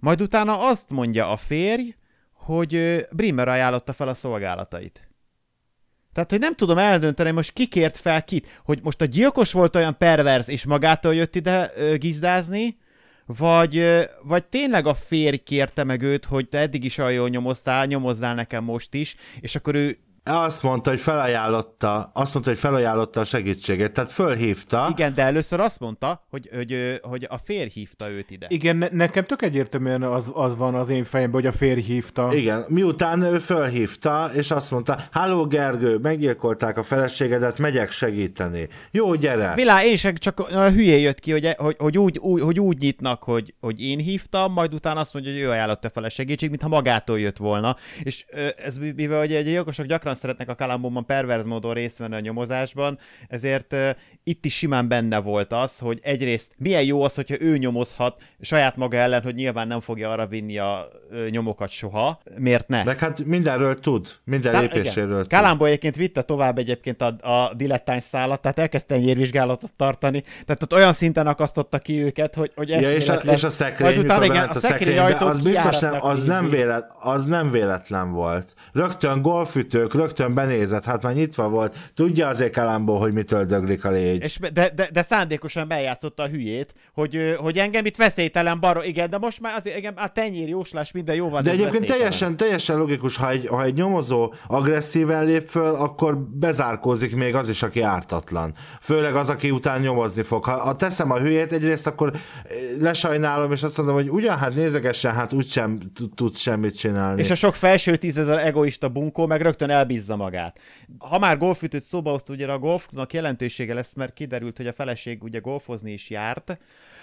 Majd utána azt mondja a férj, hogy Brimmer ajánlotta fel a szolgálatait. Tehát, hogy nem tudom eldönteni, most ki kért fel kit, hogy most a gyilkos volt olyan perverz, és magától jött ide ö, gizdázni, vagy, ö, vagy tényleg a férj kérte meg őt, hogy te eddig is olyan jól nyomoztál, nyomozzál nekem most is, és akkor ő Azt mondta, hogy felajánlotta, azt mondta, hogy felajánlotta a segítséget, tehát fölhívta. Igen, de először azt mondta, hogy, hogy, hogy a férj hívta őt ide. Igen, ne, nekem tök egyértelműen az, az van az én fejemben, hogy a férj hívta. Igen, miután ő fölhívta, és azt mondta, háló Gergő, meggyilkolták a feleségedet, megyek segíteni. Jó, gyere! Vilá, én sem csak a hülyé jött ki, hogy, hogy, hogy, úgy, úgy, hogy úgy nyitnak, hogy, hogy én hívtam, majd utána azt mondja, hogy ő ajánlotta fel a segítség, mintha magától jött volna. És ez mivel hogy egy gyilkosok gyakran szeretnek a Columbo-ban perverz módon részt venni a nyomozásban, ezért uh, itt is simán benne volt az, hogy egyrészt milyen jó az, hogyha ő nyomozhat saját maga ellen, hogy nyilván nem fogja arra vinni a uh, nyomokat soha. Miért ne? Meg hát mindenről tud, minden Tá- lépéséről tud. Columbo egyébként vitte tovább egyébként a, a dilettáns szállat, tehát elkezdte nyírvizsgálatot tartani, tehát ott olyan szinten akasztotta ki őket, hogy, hogy ja, és, a, és a szekrény, utána, igen, a, a szekrény ajtót az biztos nem, az, nézi. nem vélet, az nem véletlen volt. Rögtön golfütők, rögtön benézett, hát már nyitva volt. Tudja azért Columbo, hogy mitől döglik a légy. És de, de, de szándékosan bejátszotta a hülyét, hogy, hogy engem itt veszélytelen baró, igen, de most már azért igen, a tenyér, jóslás, minden jó van. De egyébként teljesen, teljesen logikus, ha egy, ha egy nyomozó agresszíven lép föl, akkor bezárkózik még az is, aki ártatlan. Főleg az, aki után nyomozni fog. Ha, ha teszem a hülyét, egyrészt akkor lesajnálom, és azt mondom, hogy ugyan, hát nézegessen, hát úgysem tud semmit csinálni. És a sok felső tízezer egoista bunkó meg rögtön elbízza magát. Ha már golfütőt szóba hozta, ugye a golfnak jelentősége lesz, mert kiderült, hogy a feleség ugye golfozni is járt,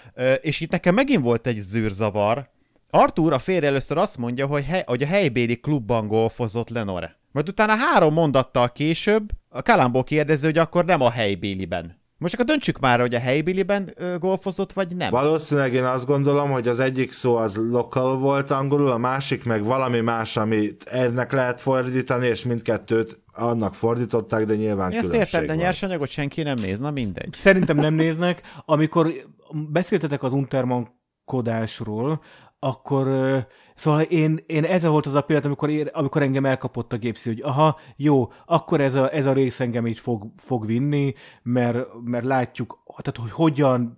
és itt nekem megint volt egy zűrzavar. Arthur, a férj először azt mondja, hogy, hely, hogy a helybéli klubban golfozott Lenore. Majd utána három mondattal később a Columbo kérdezi, hogy akkor nem a helybéliben. Most akkor döntsük már, hogy a helybéliben ö, golfozott, vagy nem. Valószínűleg én azt gondolom, hogy az egyik szó az local volt angolul, a másik meg valami más, amit ennek lehet fordítani, és mindkettőt annak fordították, de nyilván én különbség ezt értem, de van. nyersanyagot senki nem néz, na mindegy. Szerintem nem néznek. Amikor beszéltetek az untermankodásról, akkor szóval én, én ez volt az a pillanat, amikor, én, amikor engem elkapott a gépszi, hogy aha, jó, akkor ez a, ez a rész engem így fog, fog vinni, mert, mert látjuk, tehát, hogy hogyan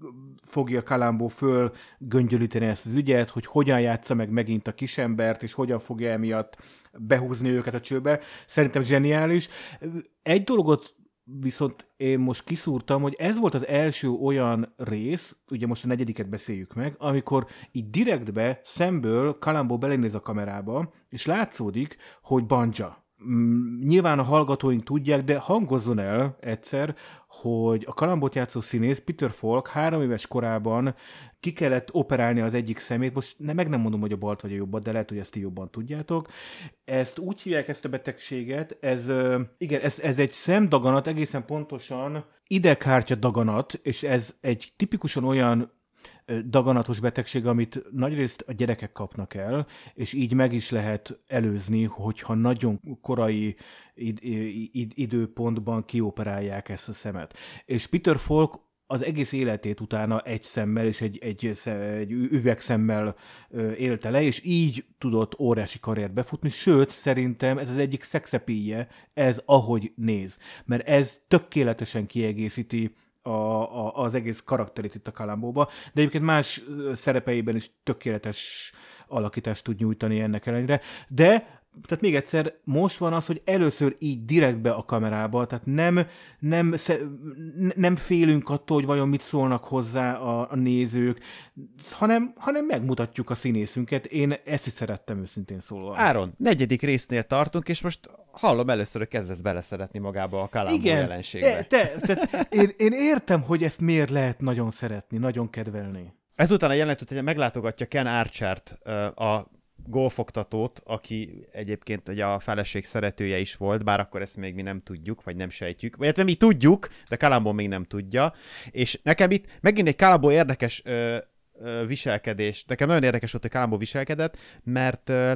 fogja Columbo föl göngyölíteni ezt az ügyet, hogy hogyan játsza meg megint a kisembert, és hogyan fogja emiatt behúzni őket a csőbe. Szerintem zseniális. Egy dolgot viszont én most kiszúrtam, hogy ez volt az első olyan rész, ugye most a negyediket beszéljük meg, amikor így direktbe, szemből Columbo belenéz a kamerába, és látszódik, hogy banja. Nyilván a hallgatóink tudják, de hangozzon el egyszer, hogy a Columbo-t játszó színész Peter Falk három éves korában ki kellett operálni az egyik szemét, most ne, meg nem mondom, hogy a balt vagy a jobbat, de lehet, hogy ezt ti jobban tudjátok. Ezt úgy hívják, ezt a betegséget, ez, igen, ez, ez egy szemdaganat, egészen pontosan ideghártya daganat, és ez egy tipikusan olyan daganatos betegség, amit nagyrészt a gyerekek kapnak el, és így meg is lehet előzni, hogyha nagyon korai id- id- időpontban kioperálják ezt a szemet. És Peter Falk az egész életét utána egy szemmel és egy, egy, egy üvegszemmel élte le, és így tudott óriási karriert befutni, sőt, szerintem ez az egyik szexepíje, ez ahogy néz. Mert ez tökéletesen kiegészíti A, a, az egész karakterét itt a Columbo-ba, de egyébként más szerepeiben is tökéletes alakítást tud nyújtani ennek ellenére. De, tehát még egyszer, most van az, hogy először így direktbe a kamerába, tehát nem, nem, nem félünk attól, hogy vajon mit szólnak hozzá a, a nézők, hanem, hanem megmutatjuk a színészünket. Én ezt is szerettem őszintén szólva. Áron, negyedik résznél tartunk, és most hallom először, hogy kezdesz beleszeretni magába a Columbo jelenségbe. Te, te, én, én értem, hogy ezt miért lehet nagyon szeretni, nagyon kedvelni. Ezután a jelenet után meglátogatja Ken Archert, a golfoktatót, aki egyébként ugye a feleség szeretője is volt, bár akkor ezt még mi nem tudjuk, vagy nem sejtjük. Vagy hát mi tudjuk, de Columbo még nem tudja. És nekem itt megint egy Columbo érdekes ö, ö, viselkedés. Nekem nagyon érdekes volt, hogy Columbo viselkedett, mert ö,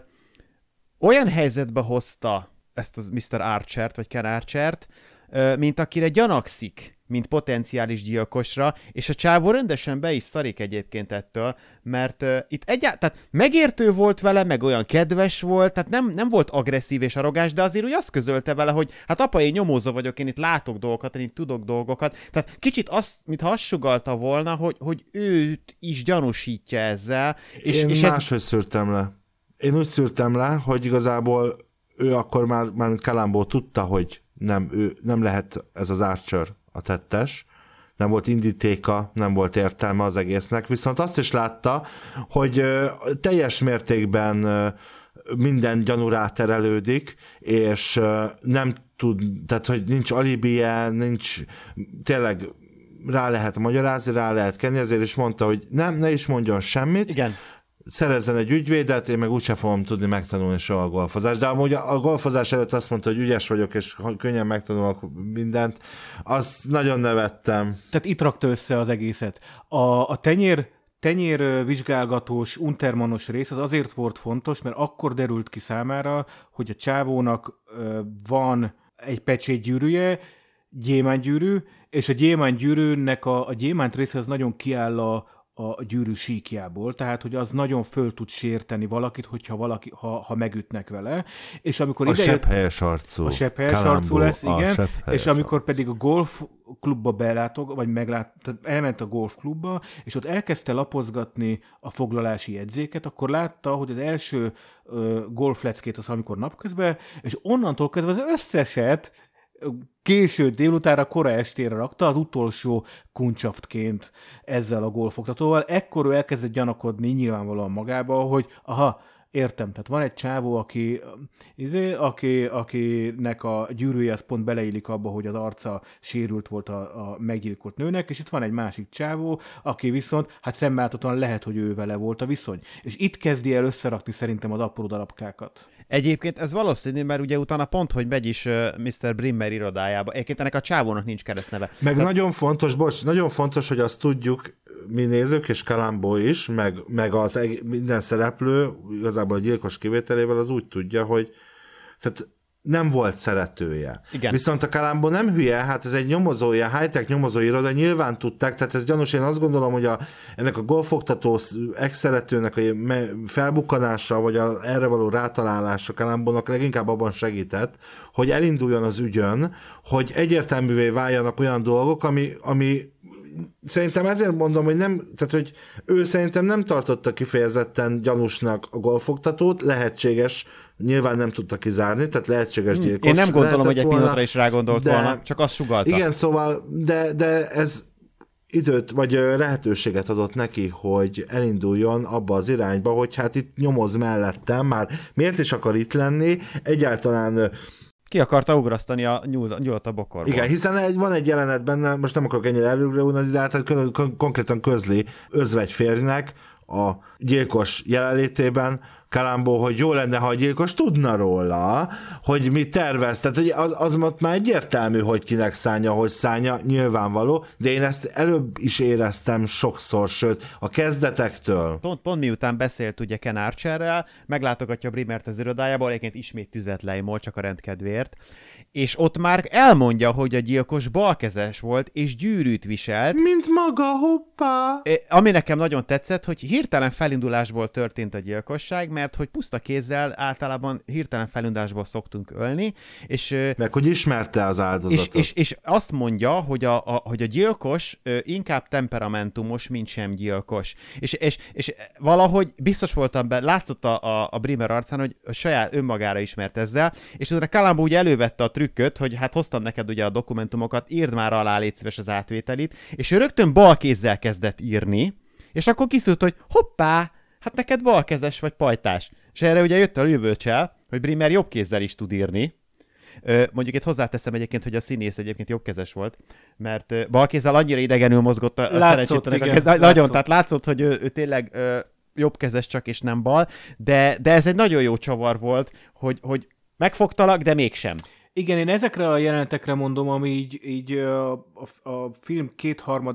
olyan helyzetbe hozta ezt a miszter Archert, vagy Ken Archert, ö, mint akire gyanakszik, mint potenciális gyilkosra, és a csávó rendesen be is szarik egyébként ettől, mert uh, itt egyáltalán megértő volt vele, meg olyan kedves volt, tehát nem, nem volt agresszív és arrogáns, de azért úgy azt közölte vele, hogy hát apa, én nyomozó vagyok, én itt látok dolgokat, én itt tudok dolgokat, tehát kicsit azt, mintha azt sugalta volna, hogy, hogy őt is gyanúsítja ezzel. És, én és máshogy ez... szűrtem le. Én úgy szűrtem le, hogy igazából ő akkor már, már mint Columbo tudta, hogy nem, ő, nem lehet ez az Archer a tettes, nem volt indítéka, nem volt értelme az egésznek, viszont azt is látta, hogy ö, teljes mértékben ö, minden gyanú ráterelődik, és ö, nem tud, tehát hogy nincs alibije, nincs, tényleg rá lehet magyarázni, rá lehet kenni, ezért is mondta, hogy nem, ne is mondjon semmit, Igen. Szerezzen egy ügyvédet, én meg úgyse fogom tudni megtanulni soha a golfozást. De amúgy a golfozás előtt azt mondta, hogy ügyes vagyok, és könnyen megtanulok mindent. Azt nagyon nevettem. Tehát itt rakta össze az egészet. A, a tenyér, tenyér vizsgálgatós, untermanos rész az azért volt fontos, mert akkor derült ki számára, hogy a csávónak ö, van egy pecsétgyűrűje, gyémántgyűrű, és a gyémántgyűrűnek a, a gyémánt része az nagyon kiáll a a gyűrű síkjából, tehát, hogy az nagyon föl tud sérteni valakit, hogyha valaki, ha, ha megütnek vele. És amikor a idejött, sepphelyes arcú. A sepphelyes arcú lesz, igen. És amikor arcú. pedig a golfklubba belátog, vagy meglát, tehát elment a golfklubba, és ott elkezdte lapozgatni a foglalási jegyzéket, akkor látta, hogy az első uh, golfleckét az amikor napközben, és onnantól kezdve az összeset késő délutára, kora estére rakta, az utolsó kuncsaftként ezzel a golfoktatóval. Ekkor ő elkezdett gyanakodni nyilvánvalóan magába, hogy aha, értem, tehát van egy csávó, aki, izé, aki, akinek a gyűrűje az pont beleillik abba, hogy az arca sérült volt a, a meggyilkolt nőnek, és itt van egy másik csávó, aki viszont, hát szemmáthatóan lehet, hogy ő vele volt a viszony. És itt kezdi el összerakni szerintem az apró darabkákat. Egyébként ez valószínű, mert ugye utána pont, hogy megy is uh, miszter Brimmer irodájába. Egyébként ennek a csávónak nincs keresztneve. Meg Tehát... nagyon fontos, bocs, nagyon fontos, hogy azt tudjuk, mi nézők, és Columbo is, meg, meg az eg- minden szereplő, igazából a gyilkos kivételével az úgy tudja, hogy tehát nem volt szeretője. Igen. Viszont a Columbo nem hülye, hát ez egy nyomozója, high-tech nyomozóiroda, nyilván tudták, tehát ez gyanús, én azt gondolom, hogy a, ennek a golfoktató ex-szeretőnek a felbukkanása, vagy a, erre való rátalálása Columbónak leginkább abban segített, hogy elinduljon az ügyön, hogy egyértelművé váljanak olyan dolgok, ami, ami szerintem ezért mondom, hogy nem, tehát hogy ő szerintem nem tartotta kifejezetten gyanúsnak a golfoktatót, lehetséges, nyilván nem tudta kizárni, tehát lehetséges gyilkos. Én nem gondolom, hogy egy volna, pillanatra is rágondolt de, volna, csak azt sugalta. Igen, szóval, de, de ez időt, vagy lehetőséget adott neki, hogy elinduljon abba az irányba, hogy hát itt nyomoz mellettem, már miért is akar itt lenni, egyáltalán ki akarta ugrasztani a nyúl, nyúlat a bokorból. Igen, hiszen egy, van egy jelenet benne, most nem akarok ennyire előre unni, de hát konkrétan közli özvegy férjnek a gyilkos jelenlétében Columbo, hogy jó lenne, ha a gyilkos tudna róla, hogy mit tervez. Tehát az, az már egyértelmű, hogy kinek szánja, hogy szánja, nyilvánvaló, de én ezt előbb is éreztem sokszor, sőt, a kezdetektől. Pont, pont miután beszélt ugye Ken Archerrel, meglátogatja Brimmert az irodájából, egyébként ismét tüzet leimol, csak a rendkedvéért, és ott már elmondja, hogy a gyilkos balkezes volt, és gyűrűt viselt. Mint maga, hoppá! Ami nekem nagyon tetszett, hogy hirtelen felindulásból történt a gyilkosság, mert hogy puszta kézzel általában hirtelen felindulásból szoktunk ölni, és... Meg hogy ismerte az áldozatot. És, és, és azt mondja, hogy a, a, hogy a gyilkos inkább temperamentumos, mint sem gyilkos. És, és, és valahogy biztos voltam be, látszott a, a, a Brimmer arcán, hogy a saját önmagára ismert ezzel, és utána Columbo ugye elővette a trükköt, hogy hát hoztam neked ugye a dokumentumokat, írd már alá, légy szíves az átvételit, és ő rögtön bal kézzel kezdett írni, és akkor kiszúrt, hogy hoppá, hát neked balkezes vagy pajtás. És erre ugye jött a jövőcsel, hogy Brimmer jobb kézzel is tud írni. Ö, mondjuk itt hozzáteszem egyébként, hogy a színész egyébként jobbkezes volt, mert bal kézzel annyira idegenül mozgott a, a szerencsétlenek. A kez... Nagyon, látszott. Tehát látszott, hogy ő, ő tényleg ö, jobbkezes csak és nem bal, de, de ez egy nagyon jó csavar volt, hogy, hogy megfogtalak, de mégsem. Igen, én ezekre a jelenetekre mondom, ami így, így a, a, a film kétharmadát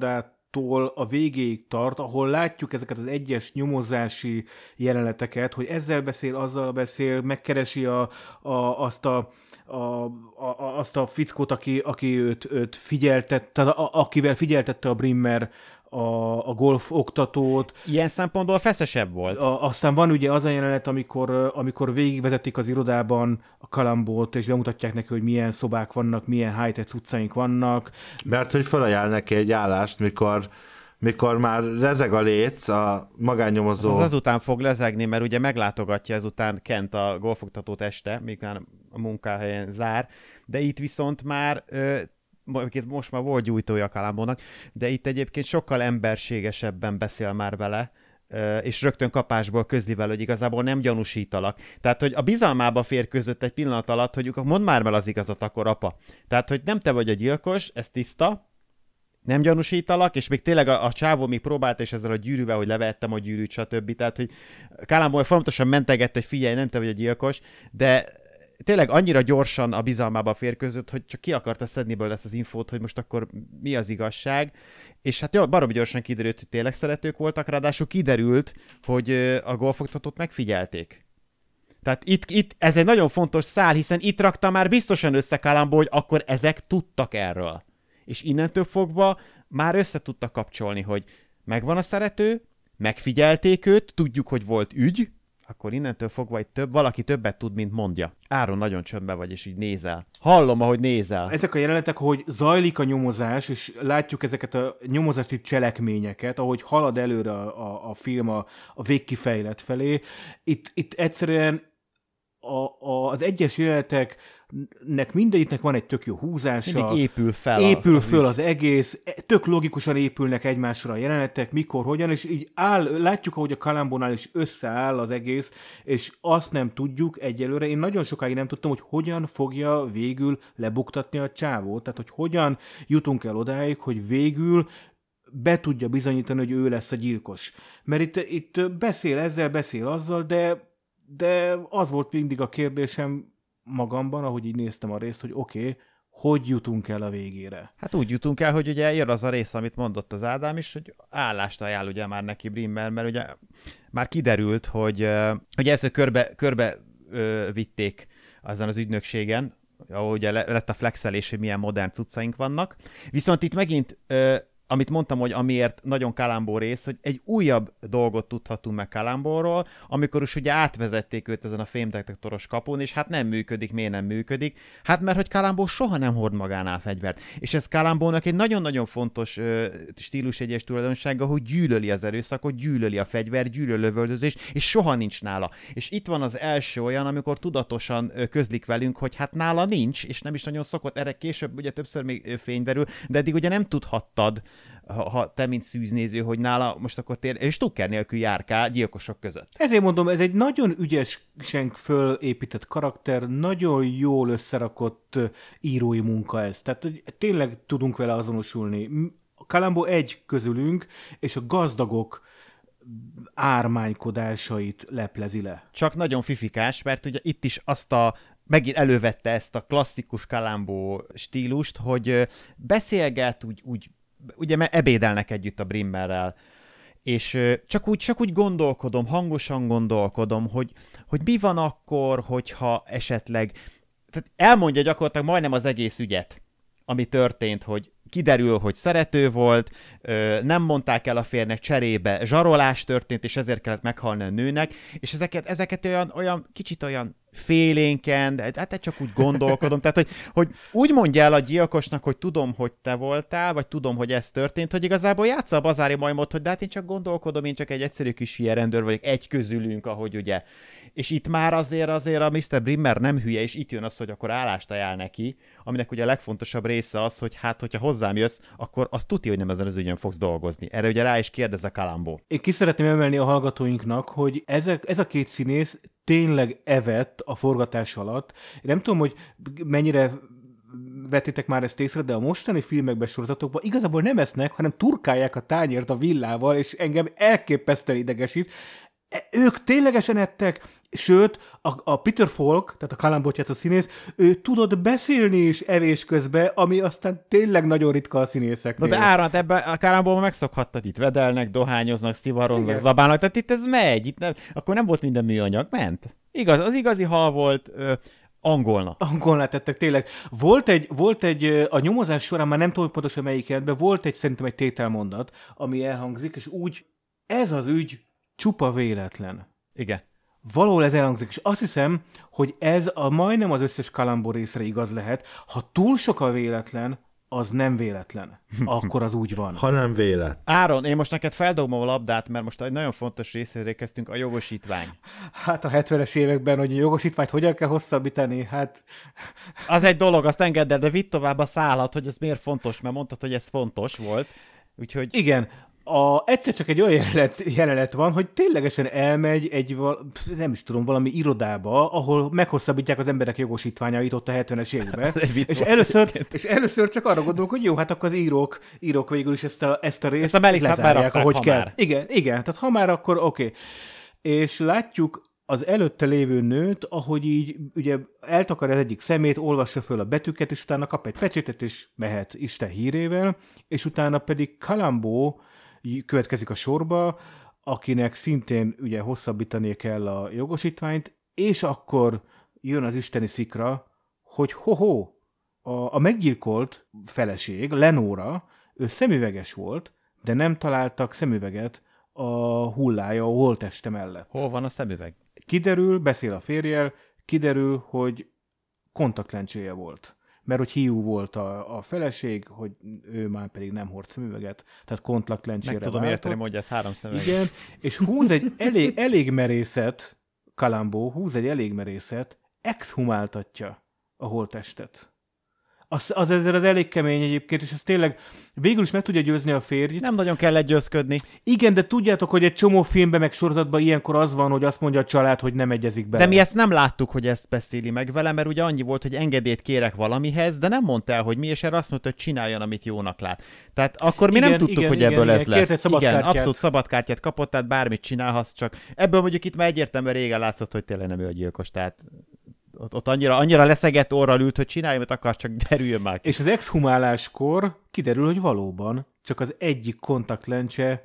tól a végéig tart, ahol látjuk ezeket az egyes nyomozási jeleneteket, hogy ezzel beszél, azzal beszél, megkeresi a, a, azt, a, a, a, azt a fickót, aki, aki őt, őt figyeltette, a, akivel figyeltette a Brimmer a, a golf oktatót. Ilyen szempontból feszesebb volt. A, aztán van ugye az a jelenet, amikor, amikor végigvezetik az irodában a Columbo-t, és bemutatják neki, hogy milyen szobák vannak, milyen high-tech utcáink vannak. Mert hogy felajánl neki egy állást, mikor, mikor már rezeg a léc, a magánnyomozó... Az azután fog lezegni, mert ugye meglátogatja ezután Kent a golfoktatót este, míg már a munkahelyen zár, de itt viszont már... Ö, most már volt gyújtója a Columbo-nak, de itt egyébként sokkal emberségesebben beszél már vele, és rögtön kapásból közli vele, hogy igazából nem gyanúsítalak. Tehát, hogy a bizalmába fér között egy pillanat alatt, hogy mondd már el az igazat akkor, apa. Tehát, hogy nem te vagy a gyilkos, ez tiszta, nem gyanúsítalak, és még tényleg a, a csávó még próbálta, és ezzel a gyűrűvel, hogy levettem a gyűrűt, stb. Tehát, hogy Columbo folyamatosan mentegett, hogy figyelj, nem te vagy a gyilkos, de tényleg annyira gyorsan a bizalmába férkőzött, hogy csak ki akarta szedni belőle ezt az infót, hogy most akkor mi az igazság. És hát jó, baromi gyorsan kiderült, hogy tényleg szeretők voltak, ráadásul kiderült, hogy a golfoktatót megfigyelték. Tehát itt, itt ez egy nagyon fontos szál, hiszen itt rakta már biztosan össze Columbo, hogy akkor ezek tudtak erről. És innentől fogva már össze tudtak kapcsolni, hogy megvan a szerető, megfigyelték őt, tudjuk, hogy volt ügy, akkor innentől fogva egy több, valaki többet tud, mint mondja. Áron, nagyon csöndben vagy, és így nézel. Hallom, ahogy nézel. Ezek a jelenetek, hogy zajlik a nyomozás, és látjuk ezeket a nyomozási cselekményeket, ahogy halad előre a, a, a film a, a végkifejlet felé. Itt, itt egyszerűen a, a, az egyes jeleneteknek mindegyiknek van egy tök jó húzása. Mindig épül fel. Épül az, föl az, az egész, tök logikusan épülnek egymásra a jelenetek, mikor, hogyan, és így áll, látjuk, ahogy a Columbo-nál is összeáll az egész, és azt nem tudjuk egyelőre, én nagyon sokáig nem tudtam, hogy hogyan fogja végül lebuktatni a csávót, tehát hogy hogyan jutunk el odáig, hogy végül be tudja bizonyítani, hogy ő lesz a gyilkos. Mert itt, itt beszél ezzel, beszél azzal, de de az volt mindig a kérdésem magamban, ahogy így néztem a részt, hogy oké, okay, hogy jutunk el a végére? Hát úgy jutunk el, hogy ugye jön az a rész, amit mondott az Ádám is, hogy állást ajánl ugye már neki Brimmer, mert ugye már kiderült, hogy, hogy először körbe, körbe ö, vitték azon az ügynökségen, ahol ugye lett a flexelés, hogy milyen modern cuccaink vannak. Viszont itt megint ö, amit mondtam, hogy amiért nagyon Columbo rész, hogy egy újabb dolgot tudhatunk meg Columboról, amikor is ugye átvezették őt ezen a fémdetektoros kapun, és hát nem működik, miért nem működik? Hát mert hogy Columbo soha nem hord magánál fegyvert. És ez Columbónak egy nagyon-nagyon fontos uh, stílusegyes tulajdonsága, hogy gyűlöli az erőszakot, gyűlöli a fegyvert, gyűlöli lövöldözést, és soha nincs nála. És itt van az első olyan, amikor tudatosan uh, közlik velünk, hogy hát nála nincs, és nem is nagyon szokott, erre később ugye többször még uh, fényderül, de eddig ugye nem tudhattad, Ha, ha te, mint szűznéző, hogy nála most akkor tér, és Tucker nélkül járkál gyilkosok között. Ezért mondom, ez egy nagyon ügyesen fölépített karakter, nagyon jól összerakott írói munka ez. Tehát tényleg tudunk vele azonosulni. Columbo egy közülünk, és a gazdagok ármánykodásait leplezi le. Csak nagyon fifikás, mert ugye itt is azt a megint elővette ezt a klasszikus Columbo stílust, hogy beszélget úgy, úgy ugye mert ebédelnek együtt a Brimmerrel, és csak úgy, csak úgy gondolkodom, hangosan gondolkodom, hogy, hogy mi van akkor, hogyha esetleg, tehát elmondja gyakorlatilag majdnem az egész ügyet, ami történt, hogy kiderül, hogy szerető volt, nem mondták el a férnek, cserébe zsarolás történt, és ezért kellett meghalni a nőnek, és ezeket, ezeket olyan, olyan kicsit olyan félénken, hát csak úgy gondolkodom, tehát hogy, hogy úgy mondja el a gyilkosnak, hogy tudom, hogy te voltál, vagy tudom, hogy ez történt, hogy igazából játsza a bazári majmot, hogy de hát én csak gondolkodom, én csak egy egyszerű kis hülye rendőr vagyok, egy közülünk, ahogy ugye. És itt már azért azért a miszter Brimmer nem hülye, és itt jön az, hogy akkor állást ajánl neki, aminek ugye a legfontosabb része az, hogy hát, hogyha hozzám jössz, akkor azt tudja, hogy nem ezen az ügyön fogsz dolgozni. Erre ugye rá is kérdez a Columbo. Én ki szeretném emelni a hallgatóinknak, hogy ezek, ez a két színész tényleg evett a forgatás alatt. Én nem tudom, hogy mennyire vettétek már ezt észre, de a mostani filmekben, sorozatokban igazából nem esznek, hanem turkálják a tányért a villával, és engem elképesztően idegesít. Ők ténylegesen ettek, sőt, a, a Peter Falk, tehát a Kalambót játszó színész, ő tudott beszélni is evés közben, ami aztán tényleg nagyon ritka a színészeknél. Na de Árant, ebben a Kalambóban megszokhattad, itt vedelnek, dohányoznak, szivaroznak, zabálnak, tehát itt ez megy, itt nem, akkor nem volt minden műanyag, ment. Igaz, az igazi hal volt, ö, angolna. Angolná tettek, tényleg. Volt egy, volt egy, a nyomozás során, már nem tudom pontosan melyik jelentben, volt egy, szerintem egy tételmondat, ami elhangzik, és úgy, ez az ügy csupa véletlen. Igen. Valahol ez elhangzik, és azt hiszem, hogy ez a majdnem az összes Kalambó részre igaz lehet. Ha túl sok a véletlen, az nem véletlen. Akkor az úgy van. Ha nem vélet. Áron, én most neked feldobom a labdát, mert most egy nagyon fontos részre érkeztünk, a jogosítvány. Hát a hetvenes években, hogy a jogosítványt hogyan kell hosszabbítani, hát... Az egy dolog, azt engedd el, de vidd tovább a szállat, hogy ez miért fontos, mert mondtad, hogy ez fontos volt. Úgyhogy... Igen. A, egyszer csak egy olyan jelenet, jelenet van, hogy ténylegesen elmegy egy, nem is tudom, valami irodába, ahol meghosszabbítják az emberek jogosítványait ott a hetvenes években. És először, és először csak arra gondolok, hogy jó, hát akkor az írók, írók végül is ezt a, ezt a részt ezt a lezárják, ahogy ha kell. Már. Igen, igen, tehát ha már akkor oké. Okay. És látjuk az előtte lévő nőt, ahogy így ugye eltakar az egyik szemét, olvassa föl a betűket, és utána kap egy pecsétet, és mehet Isten hírével, és utána pedig Kalambó következik a sorba, akinek szintén ugye hosszabbítani kell a jogosítványt, és akkor jön az isteni szikra, hogy ho-ho, a, a meggyilkolt feleség, Lenora, ő szemüveges volt, de nem találtak szemüveget a hullája, a holtteste mellett. Hol van a szemüveg? Kiderül, beszél a férjel, kiderül, hogy kontaktlencséje volt. Mert hogy hiú volt a, a feleség, hogy ő már pedig nem hord szemüveget, tehát kontaktlencsére váltott. Meg tudom érteni, mondja, ez három szemüveg. Igen, és húz egy elég, elég merészet, Kalambó, húz egy elég merészet, exhumáltatja a holttestet. Az, az ezzel az elég kemény egyébként, és ez tényleg végül is meg tudja győzni a férjét. Nem nagyon kell legyőzködni. Igen, de tudjátok, hogy egy csomó filmben meg sorozatban ilyenkor az van, hogy azt mondja a család, hogy nem egyezik bele. De mi ezt nem láttuk, hogy ezt beszéli meg vele, mert ugye annyi volt, hogy engedélyt kérek valamihez, de nem mondta el, hogy mi, és erre azt mondta, hogy csináljon, amit jónak lát. Tehát akkor mi igen, nem tudtuk, igen, hogy igen, ebből igen, ez igen, lesz. Igen, abszolút szabadkártyát kapott, tehát bármit csinálhatsz, csak ebből mondjuk itt már egyértelműen régen látszott, hogy tényleg nem ő a gyilkos, tehát Ott, ott annyira, annyira leszegett orral ült, hogy csinálj, amit akar, csak derüljön már ki. És az exhumáláskor kiderül, hogy valóban csak az egyik kontaktlencse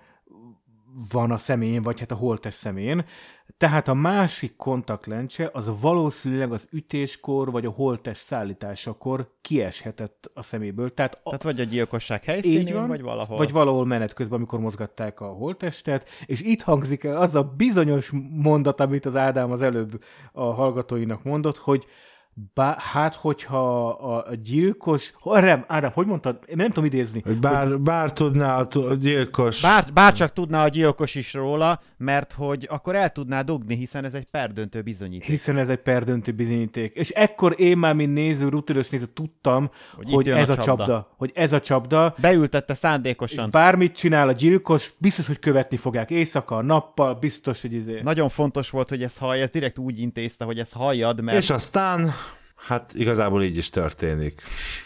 van a szemén, vagy hát a holttest szemén. Tehát a másik kontaktlencse az valószínűleg az ütéskor, vagy a holttest szállításakor kieshetett a szeméből. Tehát, a... Tehát vagy a gyilkosság helyszínén, van, vagy valahol. Vagy valahol menet közben, amikor mozgatták a holttestet, és itt hangzik el az a bizonyos mondat, amit az Ádám az előbb a hallgatóinak mondott, hogy Bá, hát, hogyha a, a gyilkos... Ádám, Ádám, hogy mondtad? Én nem tudom idézni. Bár, hogy... bár tudná a gyilkos... Bár, bár csak tudná a gyilkos is róla, mert hogy akkor el tudná dugni, hiszen ez egy perdöntő bizonyíték. Hiszen ez egy perdöntő bizonyíték. És ekkor én már, mint néző, rutinős néző, tudtam, hogy, hogy ez a csapda. csapda. Hogy ez a csapda. Beültette szándékosan. Bármit csinál a gyilkos, biztos, hogy követni fogják. Éjszaka, nappal, biztos, hogy izé. Nagyon fontos volt, hogy ezt hallja, ez direkt úgy intézte, hogy ezt halljad, mert... És aztán... Hát igazából így is történik.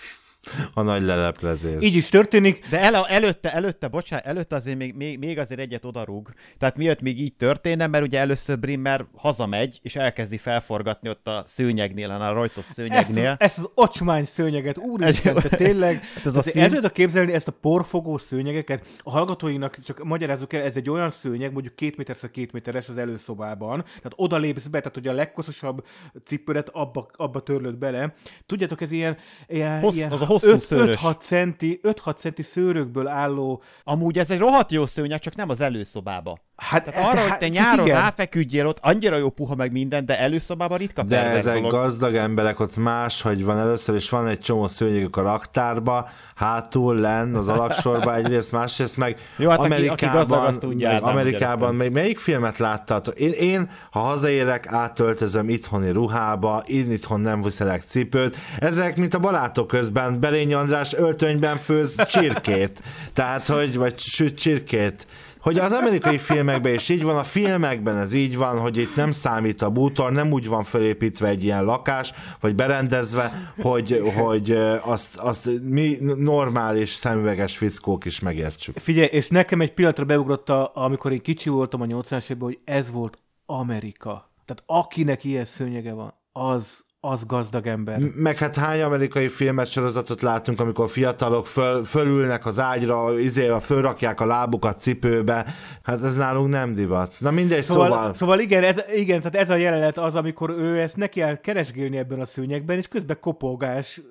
A nagy leleplezés. Így is történik. De el, előtte, előtte, bocsánat, előtte azért még, még, még azért egyet odarúg. Tehát miatt még így történne, mert ugye először Brimmer hazamegy, és elkezdi felforgatni ott a szőnyegnél, a rojtos szőnyegnél. Ezt, ezt az ocsmány szőnyeget, úristen, te tényleg. Ez a szín... El tudod képzelni ezt a porfogó szőnyegeket? A hallgatóinknak csak magyarázzuk el, ez egy olyan szőnyeg, mondjuk két méterszer két méteres az előszobában, tehát oda lépsz be, tehát hogy a legkoszosabb cipőret abba, abba törlöd bele. Tudjátok, ez ilyen, ilyen, Hossz, ilyen az a hosszú szőrös. öt-hat centi, öt-hat centi szőrökből álló... Amúgy ez egy rohadt jó szőnyeg, csak nem az előszobába. Hát, tehát arra, de, hogy te nyáron igen. ráfeküdjél ott, annyira jó puha meg minden, de előszobában ritka de pervers ezek dolog. Gazdag emberek, ott más, hogy van először, és van egy csomó szőnyegük a raktárba, hátul, lenn, az alaksorba egyrészt, másrészt meg jó, hát Amerikában, aki, aki gazdag, azt tudja, meg Amerikában még melyik filmet láttatok? Én, én, ha hazaérek, átöltözöm itthoni ruhába, én itthon nem viszelek cipőt. Ezek, mint a barátok közben, Berényi András öltönyben főz csirkét. Tehát, hogy, vagy süt csirkét. hogy az amerikai filmekben is így van, a filmekben ez így van, hogy itt nem számít a bútor, nem úgy van felépítve egy ilyen lakás, vagy berendezve, hogy, hogy azt, azt mi normális szemüveges fickók is megértsük. Figyelj, és nekem egy pillanatra beugrott, amikor én kicsi voltam a nyolcvanas évben, hogy ez volt Amerika. Tehát akinek ilyen szőnyege van, az, az gazdag ember. Meg hát hány amerikai filmet, sorozatot látunk, amikor fiatalok föl, fölülnek az ágyra, izével fölrakják a lábukat cipőbe, hát ez nálunk nem divat. Na mindegy, szóval... Szóval, szóval igen, ez, igen, tehát ez a jelenet az, amikor ő ezt neki kell keresgélni ebben a szőnyegben, és közben kopogás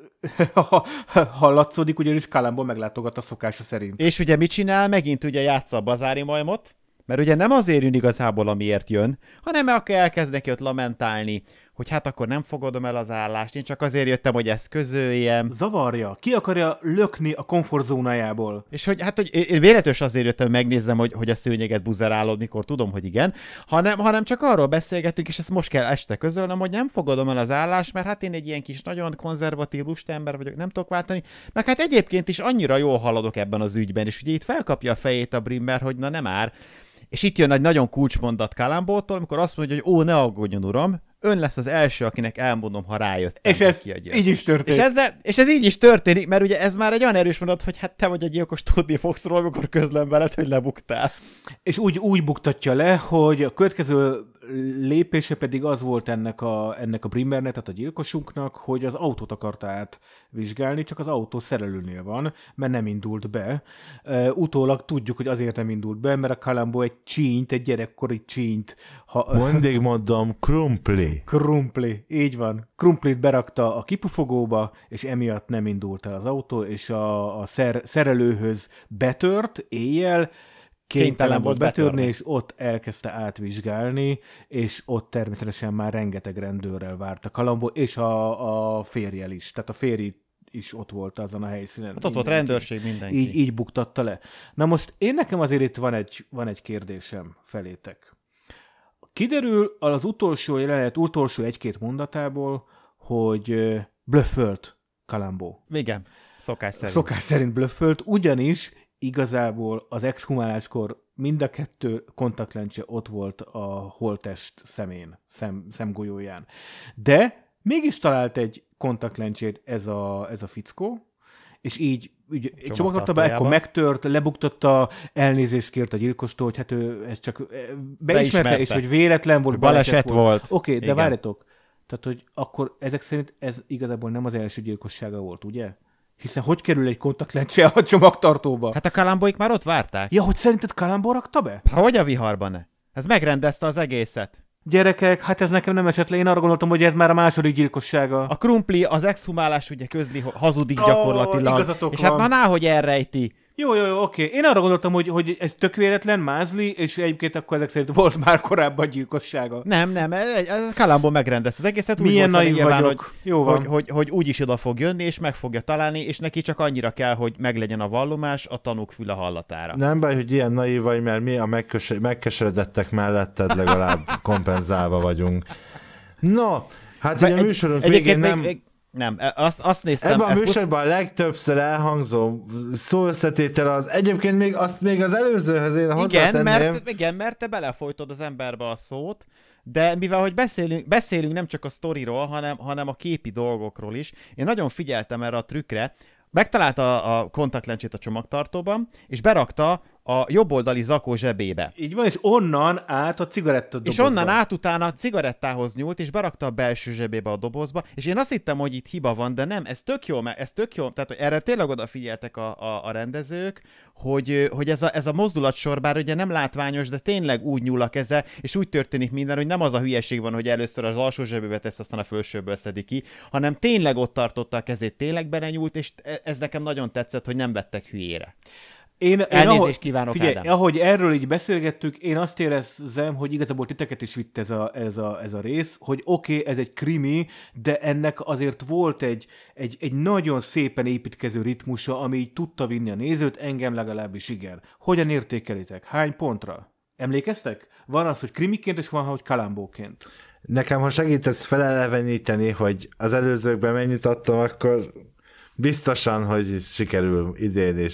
hallatszódik, ugyanis Columbo meglátogat a szokása szerint. És ugye mit csinál? Megint ugye játsza a bazári majmot, mert ugye nem azért jön igazából, amiért jön, hanem akkor elkezd neki ott lamentálni, hogy hát akkor nem fogadom el az állást, én csak azért jöttem, hogy ezt közöljem. Zavarja, ki akarja lökni a komfortzónájából. És hogy hát, hogy én véletlenül azért jöttem, hogy megnézzem, hogy, hogy a szőnyeget buzerálod, mikor tudom, hogy igen, hanem, hanem csak arról beszélgettünk, és ezt most kell este közölnöm, hogy nem fogadom el az állást, mert hát én egy ilyen kis nagyon konzervatív lustember vagyok, nem tudok váltani, meg hát egyébként is annyira jól haladok ebben az ügyben, és ugye itt felkapja a fejét a Brimmer, hogy na nem ár. És itt jön egy nagyon kulcsmondat Columbo-tól, amikor azt mondja, hogy ó, ne aggódjon, uram, ön lesz az első, akinek elmondom, ha rájöttem. És ez így is történik. És, ezzel, és ez így is történik, mert ugye ez már egy olyan erős mondat, hogy hát te vagy a gyilkos, tudni fogsz róla, amikor közlöm veled, hogy lebuktál. És úgy, úgy buktatja le, hogy a következő lépése pedig az volt ennek a, ennek a Brimmernek, tehát a gyilkosunknak, hogy az autót akarta átvizsgálni, csak az autó szerelőnél van, mert nem indult be. Uh, utólag tudjuk, hogy azért nem indult be, mert a Columbo egy csínyt, egy gyerekkori csínyt. Ha, mindig mondom, krumpli. Krumpli, így van. Krumplit berakta a kipufogóba, és emiatt nem indult el az autó, és a, a szer, szerelőhöz betört éjjel, kénytelen volt betörni, betörni, és ott elkezdte átvizsgálni, és ott természetesen már rengeteg rendőrrel várt a Columbo, és a, a férjel is. Tehát a férj is ott volt azon a helyszínen. Hát ott volt rendőrség, mindenki. Így, így buktatta le. Na most én nekem azért itt van egy, van egy kérdésem felétek. Kiderül az utolsó jelenet, utolsó egy-két mondatából, hogy blöffölt Columbo. Igen, szokás szerint. Szokás szerint blöffölt, ugyanis igazából az exhumáláskor mind a kettő kontaktlencse ott volt a holttest szemén, szem, szemgolyóján. De mégis talált egy kontaktlencsét ez a, ez a fickó, és így csomagolta be, akkor megtört, lebuktatta, elnézést kért a gyilkostól, hogy hát ő ezt csak beismerte, beismerte. És hogy véletlen volt, baleset, baleset volt. volt. Oké, okay, de várjatok. Tehát, hogy akkor ezek szerint ez igazából nem az első gyilkossága volt, ugye? Hiszen hogy kerül egy kontaktlencse a csomagtartóba? Hát a Columboik már ott várták. Ja, hogy szerinted Columbo rakta be? Hogy a viharban ne? Ez megrendezte az egészet. Gyerekek, hát ez nekem nem esett le. Én arra gondoltam, hogy ez már a második gyilkossága. A krumpli, az exhumálás ugye közli, hazudik gyakorlatilag. Oh, és hát már náhogy elrejti. Jó, jó, jó, oké. Én arra gondoltam, hogy, hogy ez tök véletlen, mázli, és egyébként akkor ezek szerint volt már korábban gyilkossága. Nem, nem, ez Columbo megrendezte az egészet. Milyen naív nyilván, vagyok. Hogy, jó van. Hogy, hogy, hogy úgyis oda fog jönni, és meg fogja találni, és neki csak annyira kell, hogy meglegyen a vallomás a tanúk füle hallatára. Nem baj, hogy ilyen naív vagy, mert mi a megköse- megkeseredettek melletted legalább kompenzálva vagyunk. No, hát ugye a műsorunk végén nem... Még, Nem, azt, azt néztem. Ebben a műsorban pusz... a legtöbbször elhangzó szóösszetétel az, egyébként még azt még az előzőhöz én hozzátenném. Igen, mert, igen, mert te belefolytod az emberbe a szót, de mivel, hogy beszélünk, beszélünk nem csak a sztoriról, hanem, hanem a képi dolgokról is, én nagyon figyeltem erre a trükkre, megtalálta a, a kontaktlencsét a csomagtartóban, és berakta a jobboldali zakó zsebébe. Így van, és onnan át a cigarettadobozba. És onnan át utána a cigarettához nyúlt, és berakta a belső zsebébe a dobozba, és én azt hittem, hogy itt hiba van, de nem, ez tök jó, ez tök jó, tehát erre tényleg odafigyeltek a, a, a rendezők, hogy, hogy ez, a, ez a mozdulatsor, bár ugye nem látványos, de tényleg úgy nyúl a keze, és úgy történik minden, hogy nem az a hülyeség van, hogy először az alsó zsebébe tesz, aztán a felsőből szedi ki, hanem tényleg ott tartotta a kezét, tényleg belenyúlt, és ez nekem nagyon tetszett, hogy nem vettek hülyére. Én, Elnézést én ahogy, kívánok, figyelj, Ádám. ahogy erről így beszélgettük, én azt érezzem, hogy igazából titeket is vitt ez a, ez a, ez a rész, hogy oké, okay, ez egy krimi, de ennek azért volt egy, egy, egy nagyon szépen építkező ritmusa, ami így tudta vinni a nézőt, engem legalábbis igen. Hogyan értékelitek? Hány pontra? Emlékeztek? Van az, hogy krimiként, és van, hogy Columboként. Nekem, ha segítesz feleleveníteni, hogy az előzőkben mennyit adtam, akkor biztosan, hogy sikerül idén is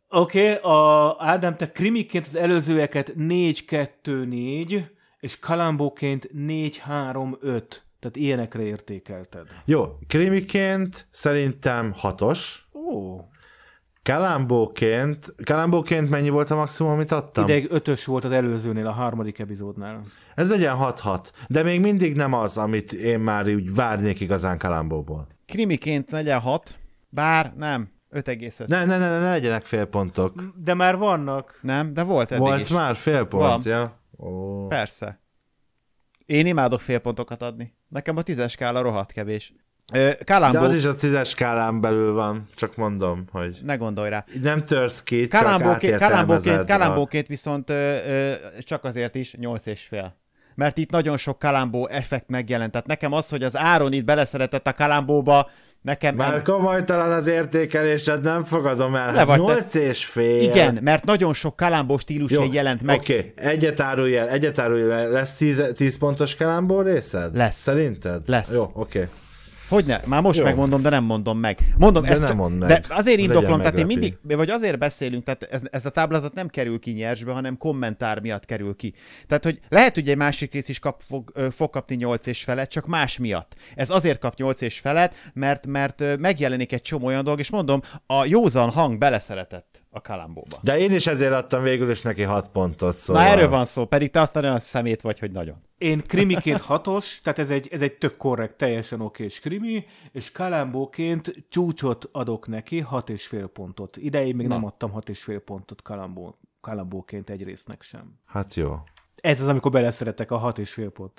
Oké, okay, a Ádám, te krimiként az előzőeket négy kettő négy, és kalambóként négy három öt. Tehát ilyenekre értékelted. Jó, krimiként szerintem hatos. Ó. Kalambóként, kalambóként mennyi volt a maximum, amit adtam? Ideig ötös volt az előzőnél, a harmadik epizódnál. Ez legyen hat hat, de még mindig nem az, amit én már úgy várnék igazán Kalambóból. Krimiként legyen hat, bár nem, öt egész öt. Ne, ne, ne, ne legyenek félpontok. De már vannak. Nem, de volt eddig Volt is. már félpont, Van. ja? Ó. Persze. Én imádok félpontokat adni. Nekem a tízes skála rohadt kevés. Ö, Kalambó... De az is a tízes skálán belül van, csak mondom, hogy... Ne gondolj rá. Nem törsz ki, Kalambóként, csak kalambóként, átértelmezed. kalambóként viszont ö, ö, csak azért is nyolc és fél. Mert itt nagyon sok kalambó effekt megjelent. Tehát nekem az, hogy az Áron itt beleszeretett a kalambóba, nekem... Már komolytalan az értékelésed, nem fogadom el. Hát nyolc és fél. Igen, mert nagyon sok kalambó stílusé jelent meg. Oké, okay. egyet árulj el, egyet árulj el. Lesz tíz pontos kalambó részed? Lesz. Szerinted? Lesz. Jó, oké. Okay. Hogyne? Már most Jó. megmondom, de nem mondom meg. Mondom, De ezt nem csak, mondd meg. de azért Legyen indoklom, tehát én meglepi. mindig, vagy azért beszélünk, tehát ez, ez a táblázat nem kerül ki nyersbe, hanem kommentár miatt kerül ki. Tehát, hogy lehet, hogy egy másik rész is kap, fog, fog kapni nyolc és felet, csak más miatt. Ez azért kap nyolc és felet, mert, mert megjelenik egy csomó olyan dolog, és mondom, a józan hang beleszeretett a kalambóba. De én is ezért adtam végül is neki hat pontot, szóval... Na erről van szó, pedig te aztán olyan szemét vagy, hogy nagyon. Én krimiként hatos, tehát ez egy, ez egy tök korrekt, teljesen okés krimi, és kalambóként csúcsot adok neki, hat és fél pontot. Ideig még Na. nem adtam hat és fél pontot kalambó, kalambóként egy résznek sem. Hát jó. Ez az, amikor beleszeretek a hat és fél pont.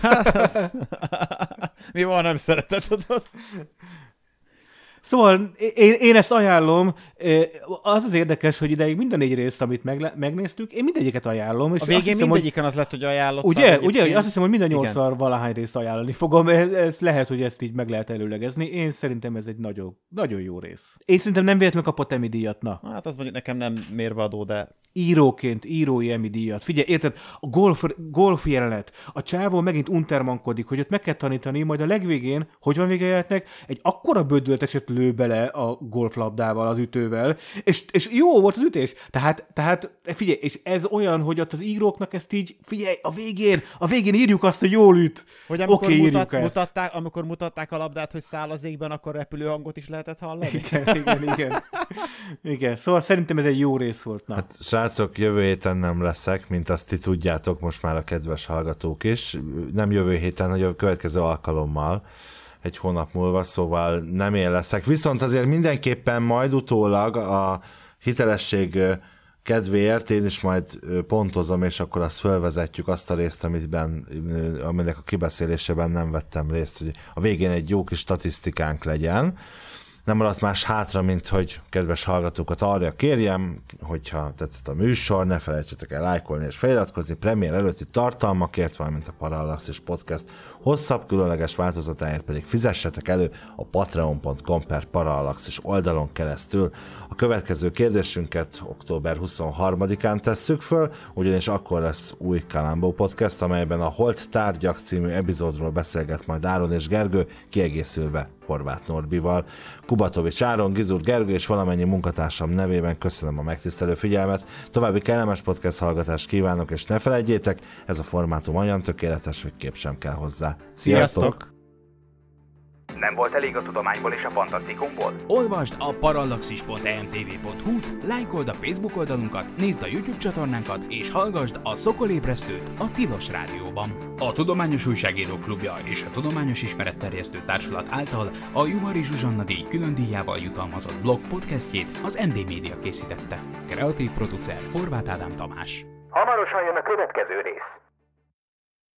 Mi van, nem szereted, tudod? Szóval én, én ezt ajánlom, az az érdekes, hogy ideig minden négy részt, amit megle- megnéztük, én mindegyiket ajánlom. És A végén azt hiszem, mindegyiken az lett, hogy ajánlottam. Ugye, egyébként. ugye, hogy azt hiszem, hogy minden Igen. nyolcszor valahány részt ajánlani fogom. Ez, ez lehet, hogy ezt így meg lehet előlegezni. Én szerintem ez egy nagyon, nagyon jó rész. Én szerintem nem véletlenül kapott Emmy díjat, na. Hát az mondjuk nekem nem mérvadó, de... Íróként, írói Emmy díjat. Figyelj, érted, a golf, golf jelenet, a csávó megint untermankodik, hogy ott meg kell tanítani, majd a legvégén, hogy van vége jelenetnek, egy akkora bödölteset lő bele a golflabdával, az ütővel, és, és jó volt az ütés. Tehát, tehát figyelj, és ez olyan, hogy ott az íróknak ezt így, figyelj, a végén, a végén írjuk azt, hogy jól üt. Hogy amikor, Oké, mutat, írjuk ezt. mutatták, amikor mutatták a labdát, hogy száll az égben, akkor repülő hangot is lehetett hallani? Igen, igen, igen. Igen, szóval szerintem ez egy jó rész volt. Na. Hát srácok, jövő héten nem leszek, mint azt ti tudjátok most már a kedves hallgatók is. Nem jövő héten, hanem a következő alkalommal, egy hónap múlva, szóval nem én leszek. Viszont azért mindenképpen majd utólag a hitelesség kedvéért én is majd pontozom, és akkor azt fölvezetjük azt a részt, amiben, aminek a kibeszélésében nem vettem részt, hogy a végén egy jó kis statisztikánk legyen. Nem maradt más hátra, mint hogy kedves hallgatókat arra kérjem, hogyha tetszett a műsor, ne felejtsetek el lájkolni és feliratkozni premier előtti tartalmakért, valamint a Parallaxis Podcast hosszabb, különleges változatáért pedig fizessetek elő a patreon pont com per Parallaxis oldalon keresztül. A következő kérdésünket október huszonharmadikán tesszük föl, ugyanis akkor lesz új Kalambó Podcast, amelyben a Holt Tárgyak című epizódról beszélget majd Áron és Gergő, kiegészülve Horváth Norbival. Kubatovics Áron, Gizur Gergő és valamennyi munkatársam nevében köszönöm a megtisztelő figyelmet. További kellemes podcast hallgatást kívánok, és ne felejtjétek, ez a formátum olyan tökéletes, hogy kép sem kell hozzá. Sziasztok! Sziasztok! Nem volt elég a tudományból és a fantasztikumból? Olvasd a parallaxis pont e m t v pont h u-t, lájkold a Facebook oldalunkat, nézd a YouTube csatornánkat, és hallgasd a Szokolébresztőt a Tilos Rádióban. A Tudományos Újságírók Klubja és a Tudományos Ismeretterjesztő Társulat által a Juhari Zsuzsanna díj külön díjával jutalmazott blog podcastjét az em dé Média készítette. Kreatív producer Horváth Ádám Tamás. Hamarosan jön a következő rész.